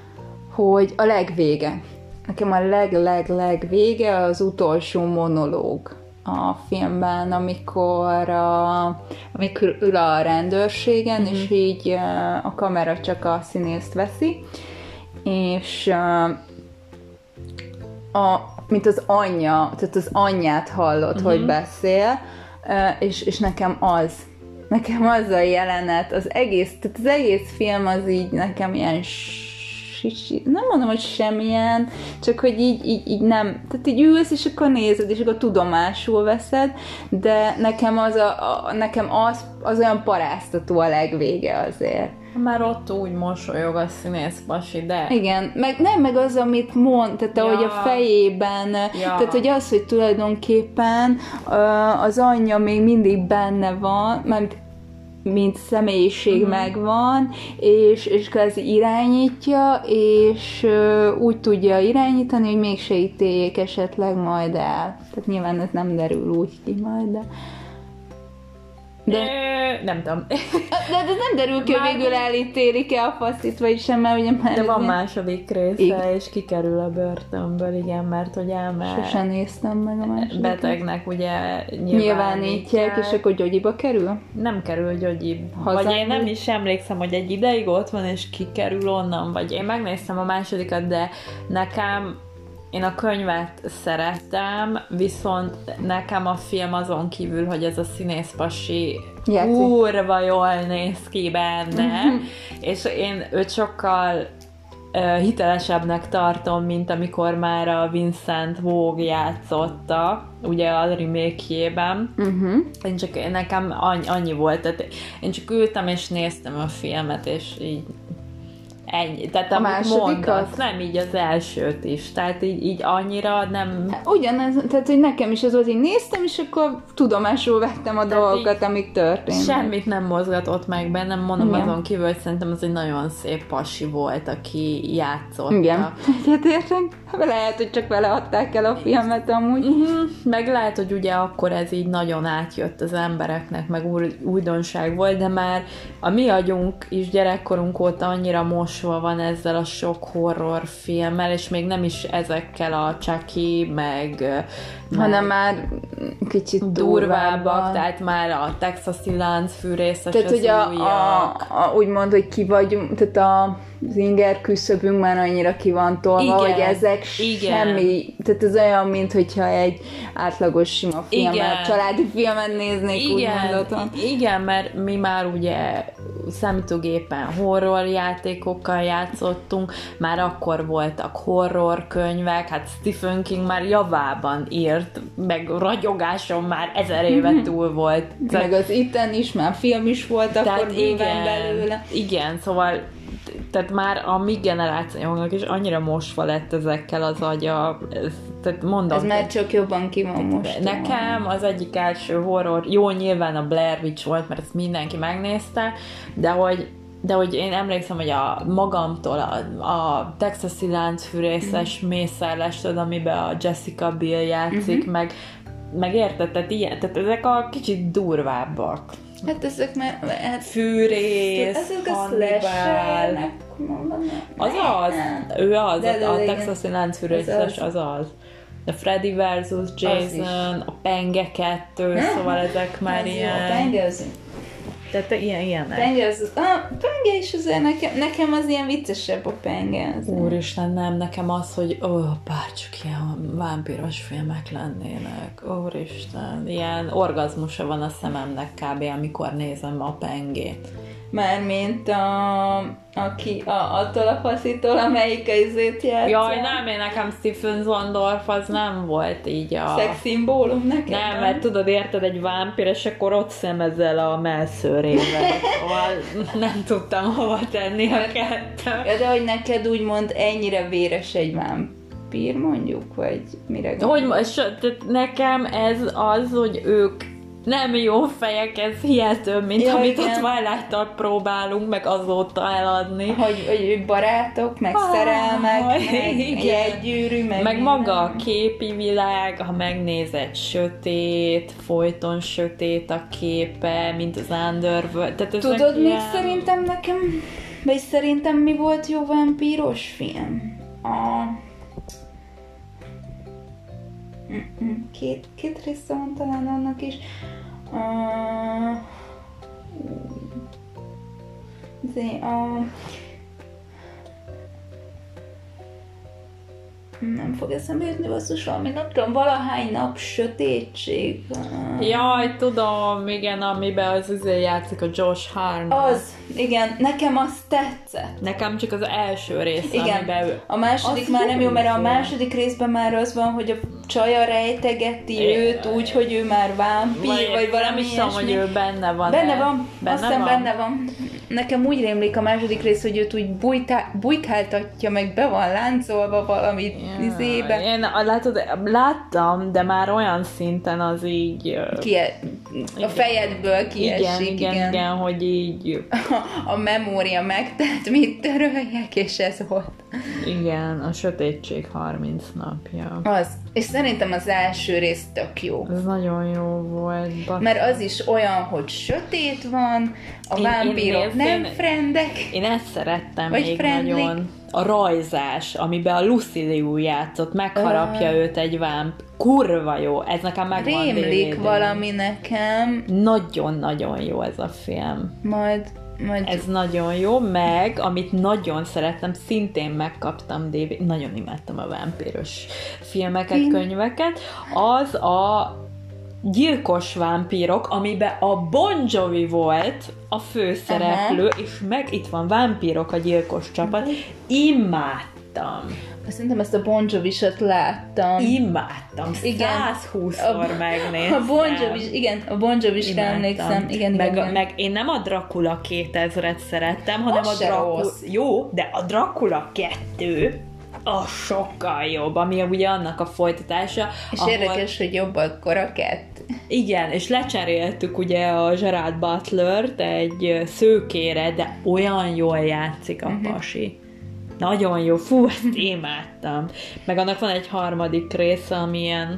hogy a legvége. Nekem a leg-leg-leg vége az utolsó monológ a filmben, amikor, a, amikor ül a rendőrségen, mm-hmm. és így a kamera csak a színészt veszi, és a, mint az anyja, tehát az anyját hallott, mm-hmm. hogy beszél, és, és nekem az, nekem az a jelenet, az egész, tehát az egész film az így nekem ilyen nem mondom, hogy semmilyen, csak hogy így, így, így nem, tehát így ülsz, és akkor nézed, és akkor tudomásul veszed, de nekem az, a, a, nekem az, az olyan paráztató a legvége azért. Már ott úgy mosolyog a színész pasi, de... Igen, meg nem, meg az, amit mond, tehát ja. ahogy a fejében, ja. tehát hogy az, hogy tulajdonképpen az anyja még mindig benne van, mert mint személyiség uh-huh. megvan, és, és kvázi irányítja, és uh, úgy tudja irányítani, hogy mégse ítéljék esetleg majd el. Tehát nyilván ez nem derül úgy ki majd, de... De... É, nem tudom. De, de nem derül ki, hogy végül elítélik-e a faszit, vagy sem, mert ugye már... De van második része, igen. és kikerül a börtönből, igen, mert hogy elme... Sosem néztem meg a második. Betegnek ugye nyilvánítják. Nyilvánítják, és akkor gyógyiba kerül? Nem kerül gyógyiba. Vagy én nem is emlékszem, hogy egy ideig ott van, és kikerül onnan, vagy én megnéztem a másodikat, de nekem én a könyvet szeretem, viszont nekem a film azon kívül, hogy ez a színészpasi kurva jól néz ki benne, és én őt sokkal uh, hitelesebbnek tartom, mint amikor már a Vincent Vaughn játszotta, ugye a remake-jében. Uh-huh. Én csak, nekem annyi, annyi volt, tehát én csak ültem és néztem a filmet, és így ennyi. Tehát a másodikat? Nem, így az elsőt is. Tehát így, így annyira nem... Hát, ugyanez, tehát hogy nekem is az volt, hogy néztem, és akkor tudomásul vettem a tehát dolgokat, amik történtek. Semmit nem mozgatott meg bennem, mondom. Igen. Azon kívül, hogy szerintem az egy nagyon szép pasi volt, aki játszotta. Igen. Egyetértek. Lehet, hogy csak vele adták el a filmet amúgy. Uh-huh. Meg lehet, hogy ugye akkor ez így nagyon átjött az embereknek, meg új, újdonság volt, de már a mi agyunk is gyerekkorunk óta annyira mosva van ezzel a sok horrorfilmmel, és még nem is ezekkel a Chucky, meg... hanem már kicsit durvábbak, durvábbak, tehát már a texasi láncfűrészes tehát, az hogy a, a, a, úgymond, hogy ki vagyunk, tehát a az inger küszöbünk már annyira ki van tolva, igen, hogy ezek igen. semmi, tehát ez olyan, mint hogyha egy átlagos sima filmet, családi filmet néznék, igen, úgy mondhatom. Igen, mert mi már ugye számítógépen horror játékokkal játszottunk, már akkor voltak horror könyvek, hát Stephen King már javában írt, meg ragyogáson már ezer éve túl volt. Meg az itten is, már film is volt, akkor igen, belőle. Igen, szóval tehát már a mi generációnknak is annyira mosva lett ezekkel az agya. Ez, tehát mondom, ez már csak jobban ki van most. Nekem az egyik első horror, jó, nyilván a Blair Witch volt, mert ezt mindenki megnézte, de hogy, de hogy én emlékszem, hogy a magamtól a, a texasi láncfűrészes mm. mészárlás, tudod, amiben a Jessica Biel játszik, mm-hmm. meg, meg érted, tehát, ilyen, tehát ezek a kicsit durvábbak. Hát ezek már... Hát, Fűrész, ezek a slashernek az az, ő az, de, de, a, a texasi láncfűrészes az az. A Freddy versus Jason, a Penge kettő, hm? Szóval ezek már ez ilyen... Jó, a Penge az... Tehát ilyen, ilyenek. Penge az... Ah, Penge is azért nekem, nekem az ilyen viccesebb a Penge. Az Úristen, nem, nekem az, hogy ó, oh, bárcsak ilyen vámpíros filmek lennének. Úristen, ilyen orgazmusa van a szememnek kb. Amikor nézem a Pengét. Mármint a, aki, a, attól a faszitól, amelyik izét játsza. Jaj, nem, én nekem Stephen Zondorf az nem volt így a... Szexszimbólum neked? Nem, nem, mert tudod, érted, egy vámpír, és akkor ott szemezel a mellszőrével. Szóval nem tudtam hova tenni a kettőt. Ja, de hogy neked úgymond ennyire véres egy vámpír, mondjuk, vagy mire gondolsz? Hogy nekem ez az, hogy ők nem jó fejek, ez hihető, mint ja, amit igen. a Twilight-tal próbálunk, meg azóta eladni. Hogy, hogy barátok, meg ah, szerelmek, meg jegygyűrű, meg... Meg maga a képi világ, ha megnézed, sötét, folyton sötét a képe, mint az Underworld. Tehát tudod, ilyen... még szerintem nekem, vagy szerintem mi volt jó vámpíros film? A... Két, két része van talán annak is. Uh, a... Nem fog eszembe jutni, basszus, valami nem tudom, valahány nap sötétség. Jaj, tudom, igen, amiben az azért játszik a Josh Hartnett. Az, igen, nekem az tetszett. Nekem csak az első rész, igen, amiben ő... a második már nem jó, mert a második részben már az van, hogy a csaja rejtegeti é, őt úgy, hogy ő már vámpír, vagy, vagy valami nem is tudom, hogy ő benne van. Benne van, benne azt hiszem benne van. Nekem úgy rémlik a második rész, hogy őt úgy bujtá, bujkáltatja, meg be van láncolva valami izébe. Én látod, láttam, de már olyan szinten az így... Kie, a fejedből kiesik, igen. Igen, igen, igen, hogy így... A, a memória megtelt, mit töröljek, és ez volt. Igen, a sötétség harminc napja. Az. És szerintem az első rész tök jó. Ez nagyon jó volt. Bakker. Mert az is olyan, hogy sötét van, a én, vámpírok én nem én, frendek. Én ezt szerettem még friendly. Nagyon. A rajzás, amiben a Lucy Liu játszott, megharapja uh, őt egy vámp. Kurva jó, ez nekem megvan rémlik valami nekem. Nagyon-nagyon jó ez a film. Majd Majd... Ez nagyon jó, meg, amit nagyon szerettem, szintén megkaptam dé vé dé, nagyon imádtam a vámpíros filmeket, Én... könyveket, az a Gyilkos vámpírok, amiben a Bon Jovi volt a főszereplő, uh-huh. és meg itt van Vámpírok a gyilkos csapat. Uh-huh. Imádtam. Szerintem ezt a Bon Jovi-sat láttam. Imádtam. százhúszszor megnéztem. A Bon Jovi, igen, a Bon Jovi-ra emlékszem. Igen, meg, igen. meg én nem a Dracula kétezret szerettem, hanem az a Dracula... Jó, de a Dracula kettő a sokkal jobb, ami ugye annak a folytatása. És ahol... érdekes, hogy jobb akkor a kettő. Igen, és lecseréltük ugye a Gerard Butlert egy szőkére, de olyan jól játszik a uh-huh. pasi. Nagyon jó, fú, ezt imádtam. Meg annak van egy harmadik része, ami ilyen...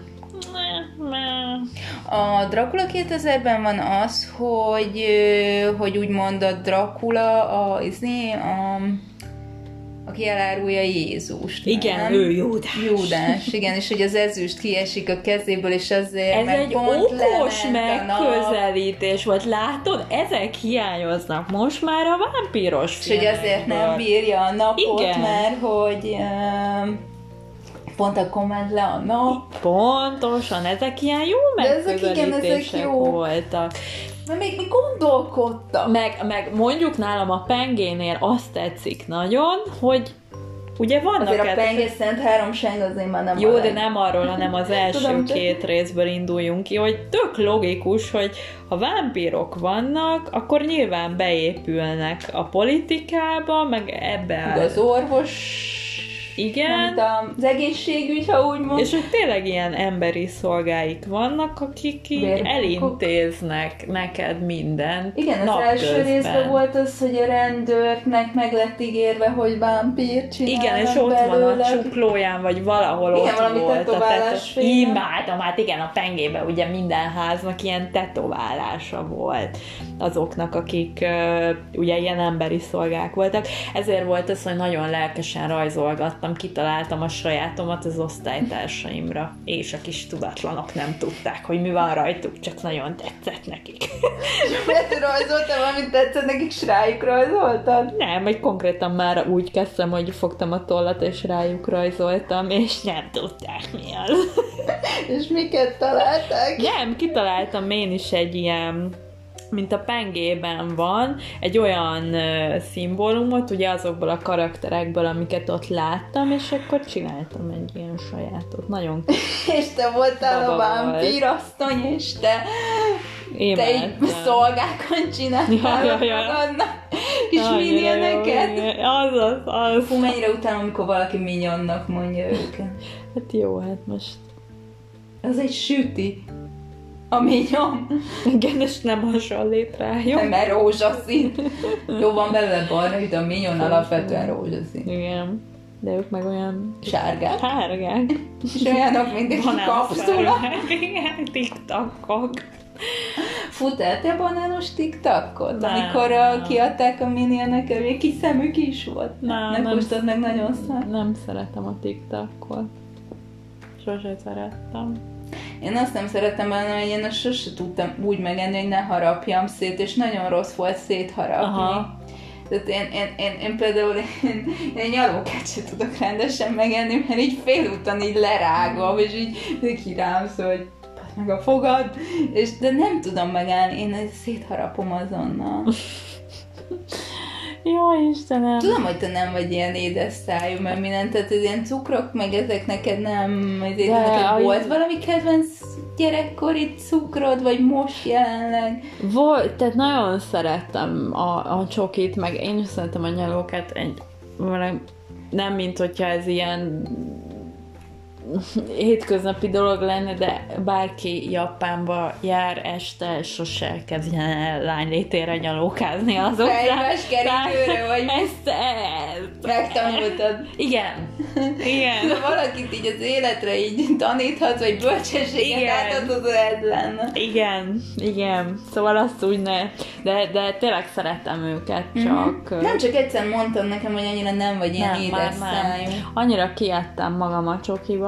A Dracula kétezerben van az, hogy, hogy úgymond a Dracula, a, a, aki elárulja Jézust. Igen, nem? ő Júdás. Júdás, igen, és hogy az ezüst kiesik a kezéből, és azért ez meg egy pont okos megközelítés volt. Látod, ezek hiányoznak most már a vámpíros filmekből. És hogy azért nem bírja a napot, igen. mert hogy... Uh, pont akkor ment le a nap. Pontosan, ezek ilyen jó megközelítések voltak. Mert még mi gondolkodtak. Meg, meg mondjuk nálam a Pengénél azt tetszik nagyon, hogy ugye vannak... Azért a Pengé Szent Háromság azért már nem... Jó, de nem arról, hanem az első Tudom, két te... részből induljunk ki, hogy tök logikus, hogy ha vámpírok vannak, akkor nyilván beépülnek a politikába, meg ebbe... De az orvos... Igen. Az egészségügy, ha úgy mondom. És hogy tényleg ilyen emberi szolgáik vannak, akik így Vérkokok. elintéznek neked mindent. Igen, az első részben volt az, hogy a rendőrnek meg lett ígérve, hogy vámpírt csinálnak igen, és ott belőle. Van a csuklóján, vagy valahol igen, ott volt. Tetoválás a tetov... Imádom, hát igen, a Pengében ugye minden háznak ilyen tetoválása volt azoknak, akik uh, ugye ilyen emberi szolgák voltak. Ezért volt az, hogy nagyon lelkesen rajzolgattam, kitaláltam a sajátomat az osztálytársaimra, és a kis tudatlanok nem tudták, hogy mi van rajtuk, csak nagyon tetszett nekik. És miért rajzoltam, amit tetszett nekik, s rájuk rajzoltad? Nem, egy konkrétan már úgy kezdtem, hogy fogtam a tollat, és rájuk rajzoltam, és nem tudták mi az. És miket találták? Nem, kitaláltam én is egy ilyen, mint a Pengében van, egy olyan uh, szimbólumot, ugye azokból a karakterekből, amiket ott láttam, és akkor csináltam egy ilyen sajátot. Nagyon és te voltál a vámpírasszony, és te, te így szolgákon csináltál ja, ja, ja. magadnak kis minioneket. Az, az, az. Fú, mennyire utálom, amikor valaki minionnak mondja őket. Hát jó, hát most... Az egy süti. A mignon. Igen, és nem hasonlít rájuk. Nem, mert rózsaszín. Jó, van belőle barna, hogy a mignon alapvetően rózsaszín. Igen. De ők meg olyan... Sárgák. Sárgák. És olyanok, mint egy kapszula. Igen, tiktakok. Futtál-e banános tiktakot? Nem, amikor nem. kiadták a minionnek, még kis szemük is volt. Nem, nem, nem, meg nagyon szar. Nem szeretem a tiktakot. Sose szerettem. Én azt nem szerettem volna, hogy én azt sose tudtam úgy megenni, hogy ne harapjam szét, és nagyon rossz volt szétharapni. Aha. Tehát én, én, én, én például én, én nyalókát sem tudok rendesen megenni, mert így félúton így lerágom, és így kirám szól, hogy meg a fogad, és de nem tudom megállni, én szétharapom azonnal. Jó, Istenem! Tudom, hogy te nem vagy ilyen édes szájú, mert minden, tehát az ilyen cukrok, meg ezek neked nem, ezért neked volt az... valami kedvenc gyerekkori cukrod, vagy most jelenleg? Volt, tehát nagyon szerettem a, a csokit, meg én is szeretem a nyalókat, egy, nem mint hogyha ez ilyen hétköznapi dolog lenne, de bárki Japánba jár este, sose kezdjen el lánylétére nyalókázni azokra. Fejves kerítőre vagy. Ezt, ezt. Megtanultad. Igen. Igen. De valakit így az életre így taníthatsz, vagy bölcsességet átadod, ez lenne. Igen, igen. Szóval azt úgy ne. De, de tényleg szeretem őket, csak... Mm-hmm. Nem csak egyszer mondtad nekem, hogy annyira nem vagy ilyen édes szájú. Annyira kiadtam magam a csokival,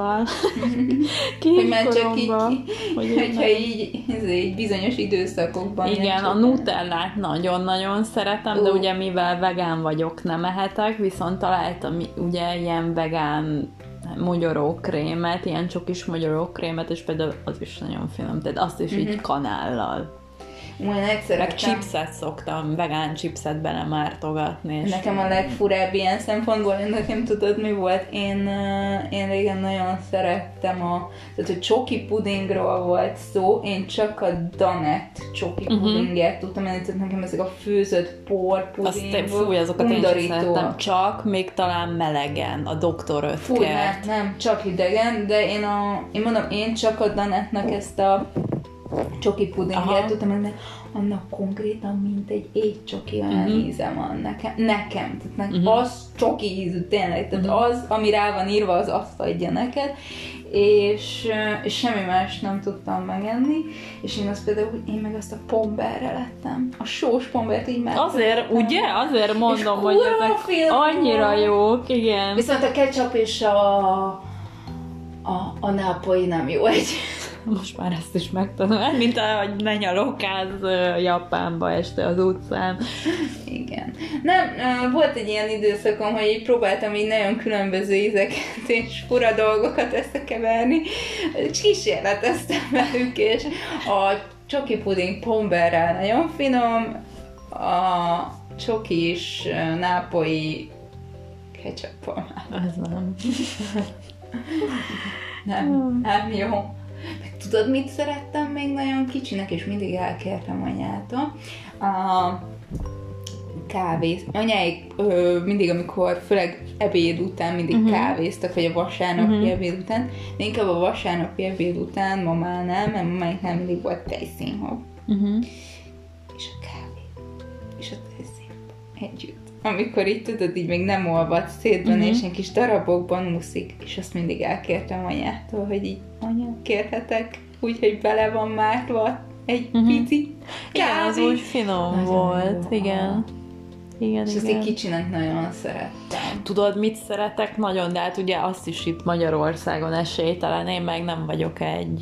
Szóval hogy már csak így, kiskoromban, hogy hogyha így, így bizonyos időszakokban. igen, a nutellát nagyon-nagyon szeretem, uh. de Uh. ugye mivel vegán vagyok, nem ehetek, viszont találtam ugye ilyen vegán mogyorókrémet, ilyen csokis mogyorókrémet, és például az is nagyon finom, tehát azt is uh-huh. így kanállal. Meg chipset szoktam, vegán chipset belemártogatni. És nekem a legfurább ilyen szempontból, nekem tudod mi volt? Én, én régen nagyon szerettem a... Tehát, hogy csoki pudingról volt szó, én csak a Danett csoki uh-huh. pudinget tudtam menni, tehát nekem ezek a főzött por pudingok. Fúj, azokat én sem szerettem, csak még talán melegen, a doktor Ötkert. Fúj, nem, nem, csak hidegen, de én a... Én mondom, én csak a Danettnek ezt a csoki pudinget tudtam menni, annak konkrétan mint egy étcsoki olyan uh-huh. íze van nekem. Nekem. Tehát uh-huh. az csoki ízű tényleg. Tehát uh-huh. az, ami rá van írva, az azt adja neked. És, és semmi más nem tudtam megenni. És én azt például, hogy én meg azt a pomberre lettem. A sós pombert így már. Azért, ugye? Azért mondom, hogy ezek annyira jók, igen. Viszont a ketchup és a a, a nápolyi nem jó egy. Most már ezt is megtanulom, mint ahogy menj a lokáz Japánba este az utcán. Igen. Nem, volt egy ilyen időszakom, hogy így próbáltam így nagyon különböző ízeket és fura dolgokat összekeverni, és kísérleteztem velük, és a csoki puding pomberrel nagyon finom, a csokis nápolyi ketchuppal. Ez nem. Nem, nem jó. Meg tudod, mit szerettem még nagyon kicsinek, és mindig elkértem anyától? A kávét. Anyáik ö, mindig, amikor főleg ebéd után mindig uh-huh. kávéztak, vagy a vasárnapi uh-huh. ebéd után, de inkább a vasárnapi ebéd után mamánál, mert mamáiknál mindig volt tejszínhab. Uh-huh. És a kávé. És a tejszínhab együtt. Amikor így tudod, így még nem olvad szétben, uh-huh. és egy kis darabokban úszik, és azt mindig elkértem anyától, hogy így, anya, kérhetek úgy, hogy bele van mártva egy uh-huh. pici kávé. Igen, az úgy finom nagyon volt, jó. igen. Igen, és igen. ezt egy kicsinek nagyon szerettem. Tudod, mit szeretek nagyon, de hát ugye azt is itt Magyarországon esélytelen, én meg nem vagyok egy,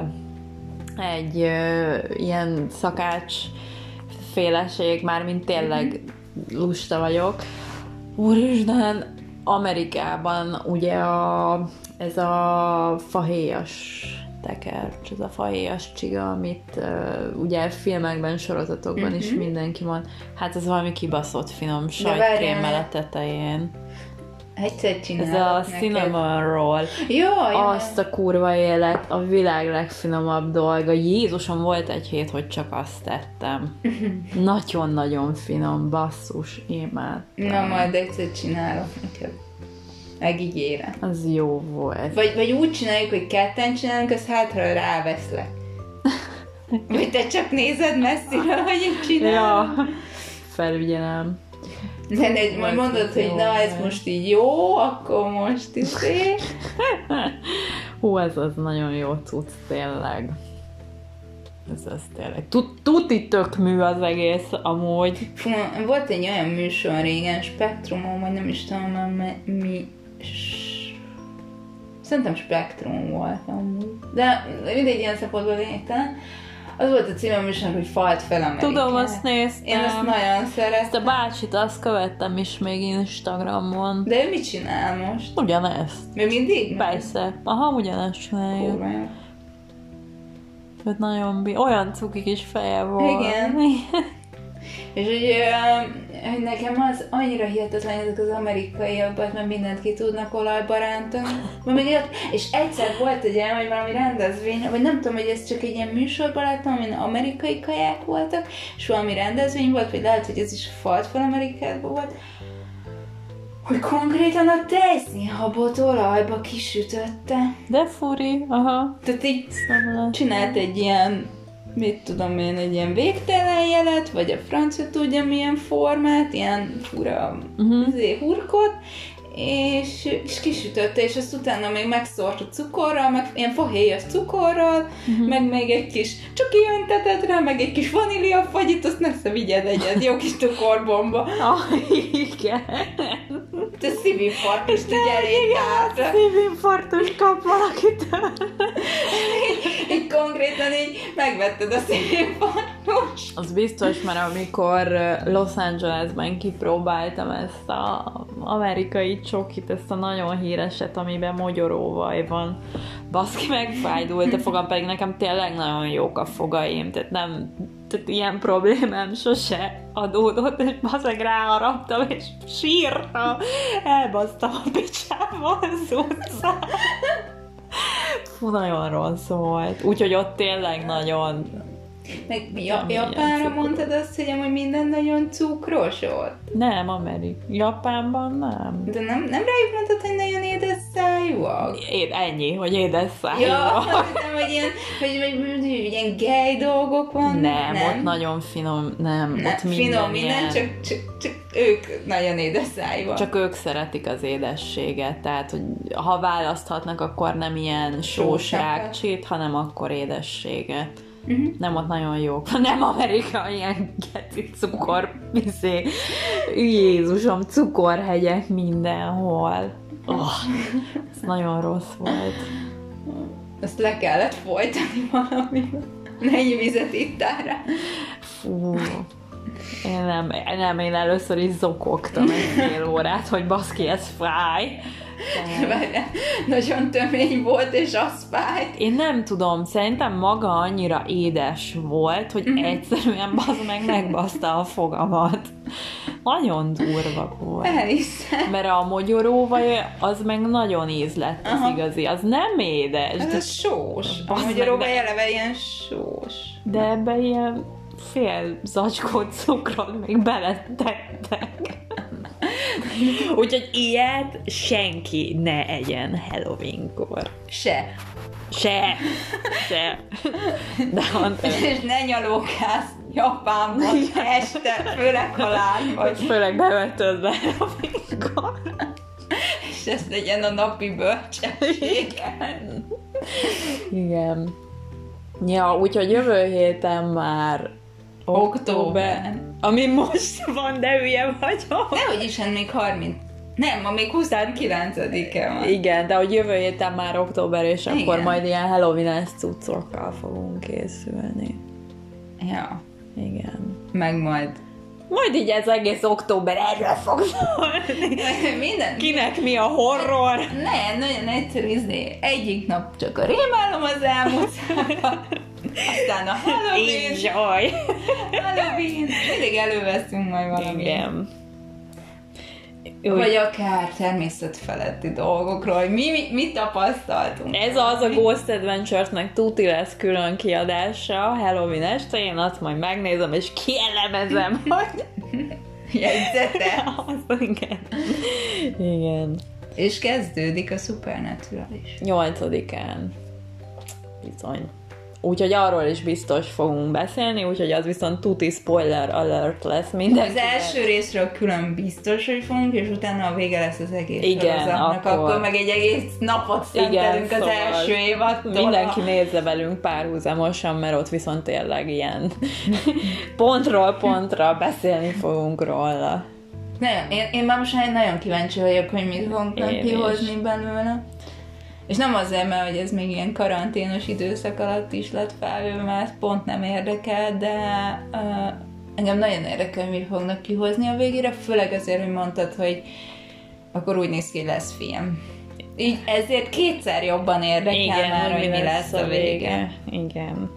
egy, egy ilyen szakács féleség, mármint tényleg uh-huh. lusta vagyok. Úristen, Amerikában ugye a, ez a fahéjas tekercs, ez a fahéjas csiga, amit uh, ugye filmekben, sorozatokban uh-huh. is mindenki mond. Hát ez valami kibaszott finom sajtkrémmel a tetején. Egyszer csinálok ez a neked. cinnamon roll. Jó, jó. Azt a kurva élet, a világ legfinomabb dolga. Jézusom, volt egy hét, hogy csak azt tettem. Nagyon-nagyon finom, basszus, imádtam. Na, majd egyszer csinálok neked. Megígérem. Az jó volt. Vagy, vagy úgy csináljuk, hogy ketten csinálunk, az hátra ráveszlek. Vagy te csak nézed messziről, hogy én csinálom. Ja, felügyelem. De egy, majd mondod, hogy na, ez most így jó, akkor most is én. Hú, ez az nagyon jó cucc, tényleg. Ez az tényleg. Tuti tök mű az egész, amúgy. Fú, volt egy olyan műsor régen, Spektrumon, vagy nem is tudom, mi... Szerintem Spektrum volt amúgy. De mindegy ilyen szempontból lényegtelen. Az volt a címe műsor, hogy Falt fel Amerikát. Tudom, azt néztem. Én azt nagyon szeretem. Ezt a bácsit, azt követtem is még Instagramon. De ő mit csinál most? Ugyanezt. Még mindig? Persze. Aha, ugyanezt csinálja. Kurva jó. Őt nagyon bí... Olyan cuki kis feje volt. Igen. És hogy, hogy nekem az annyira hihetetlen, ezek az amerikaiak, mert mindent ki tudnak olajba rántani. És egyszer volt egy ilyen, hogy valami rendezvény, vagy nem tudom, hogy ez csak egy ilyen műsorban láttam, amin amerikai kaják voltak, és valami rendezvény volt, vagy lehet, hogy ez is Falt fel Amerikában volt, hogy konkrétan a tejszínhabot olajba kisütötte. De furi, aha. Tehát így csinált egy ilyen, mit tudom én, egy ilyen végtelen jelet, vagy a francia tudja milyen formát, ilyen fura uh-huh. hurkot, és, és kisütötte, és azt utána még megszórt a cukorral, meg ilyen fahéjas cukorral, uh-huh. meg még egy kis csoki öntetett rá, meg egy kis vaníliafagyit, azt messze vigyed egyet, jó kis cukorbomba. Ah, igen. Te szívinfarktust így elég hátra. Szívinfarktus kap valakitől. így, így konkrétan így megvetted a szívinfarktust. Az biztos, mert amikor Los Angelesben kipróbáltam ezt az amerikai csokit, ezt a nagyon híreset, amiben mogyoróvaj van, baszki, megfájdult a fogam, pedig nekem tényleg nagyon jók a fogaim, tehát nem, tehát ilyen problémám sose adódott, és baszeg ráharaptam, és sírtam, elbasztam a picsába az utcán. Fú, nagyon rossz volt. Úgyhogy ott tényleg nagyon... Meg ja, Japánra mondtad azt, hogy amúgy minden nagyon cukros ott? Nem, Amerik. Japánban nem. De nem, nem rájuk mondtad, hogy nagyon édes szájúak? Éd, ennyi, hogy édes szájúak. Ja, nem, hogy ilyen, hogy, hogy, hogy, hogy ilyen gej dolgok van. Nem, nem, ott nagyon finom, nem, nem ott minden finom minden, ilyen... csak, csak, csak ők nagyon édes szájúak. Csak ők szeretik az édességet, tehát, hogy ha választhatnak, akkor nem ilyen sós rákcsit, hanem akkor édességet. Uh-huh. Nem, ott nagyon jók. Nem Amerika, ilyen geci cukor, izé, Jézusom, cukorhegyek mindenhol. Oh, ez nagyon rossz volt. Ezt le kellett folytani valami. Mennyi vizet ittál rá? Fú. Én nem, nem, én először is zokogtam egy fél órát, hogy baszki, ez fáj. De... Nagyon tömény volt, és az fájt. Én nem tudom, szerintem maga annyira édes volt, hogy mm-hmm. egyszerűen bazd meg megbaszta a fogamat. Nagyon durva volt. Elhiszem. Mert a mogyoróvaj az meg nagyon ízlett, az Aha. igazi. Az nem édes. Ez de... a sós. A mogyoróvaj eleve ilyen sós. De ebbe ilyen fél zacskót cukrot még beletettek. Úgyhogy ilyet senki ne egyen Halloweenkor. Se. Se. Se. De mondtam. És ne nyalókász Japánban este, főleg ha lány vagy. Főleg bevetőd be Halloweenkor. És ez legyen a napi bölcsességen. Igen. Ja, úgyhogy jövő héten már október. Ami most van, de hülye vagyok. Nehogy is, még harminc. Nem, ma még huszonkilencedike van. Igen, de hogy jövő héten már október, és Igen. akkor majd ilyen Halloween-es cuccokkal fogunk készülni. Ja. Igen. Meg majd. Majd így ez egész október erről fog szólni. Minden. Kinek mi a horror? Ne, nagyon egyszerű, izé. Egyik nap csak a rémálom az elmúlt aztán a Halloween. Enjoy. Halloween. Mindig előveszünk majd valamit. Igen. Vagy akár természetfeletti dolgokról, hogy mi, mi, mit tapasztaltunk. Ez az a Ghost Adventures-nek tuti lesz külön kiadása Halloween este, én azt majd megnézem, és kielemezem, hogy... Jegyzete. Az, igen. Igen. És kezdődik a Supernatural is. nyolcadikán. Bizony. Úgyhogy arról is biztos fogunk beszélni, úgyhogy az viszont tuti spoiler alert lesz mindenki. Az első részről külön biztos, hogy fogunk, és utána a vége lesz az egész Igen, sorozatnak, akkor... akkor meg egy egész napot szentelünk az szóval első évattól. Mindenki nézze velünk párhuzamosan, mert ott viszont tényleg ilyen pontról pontra beszélni fogunk róla. Nagyon, én, én már most nagyon kíváncsi vagyok, hogy mit fogunk kihozni belőle. És nem azért, mert hogy ez még ilyen karanténos időszak alatt is lett felvéve, mert pont nem érdekel, de uh, engem nagyon érdekel, hogy mit fognak kihozni a végére, főleg azért, hogy mondtad, hogy akkor úgy néz ki, hogy lesz film. Így ezért kétszer jobban érdekel igen, már, hogy mi lesz a vége. vége. Igen.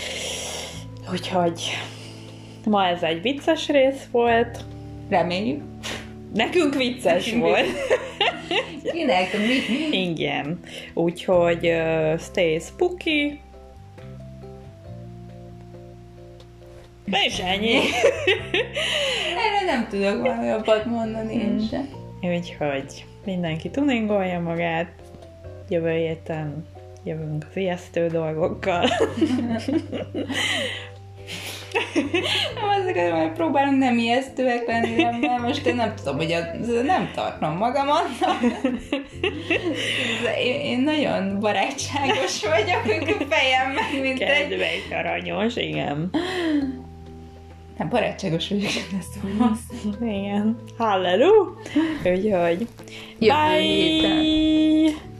Úgyhogy ma ez egy vicces rész volt. Reméljük. Nekünk vicces volt. Kinek? Mi? Igen. Úgyhogy uh, stay spooky. És ennyi. Erre nem tudok valami jobbat mondani én mm. sem. Úgyhogy mindenki tuningolja magát. Jövő héten jövünk az ijesztő dolgokkal. Nem, azokat majd próbálunk nem ijesztőek lenni, mert most én nem tudom, hogy az, nem tartom magam annak. Én, én nagyon barátságos vagyok, a fejem meg, mint Kedves, aranyos, igen. Hát barátságos vagyok, ezt mondom. Igen. Hallelujah! Úgyhogy Jövő bye! héten.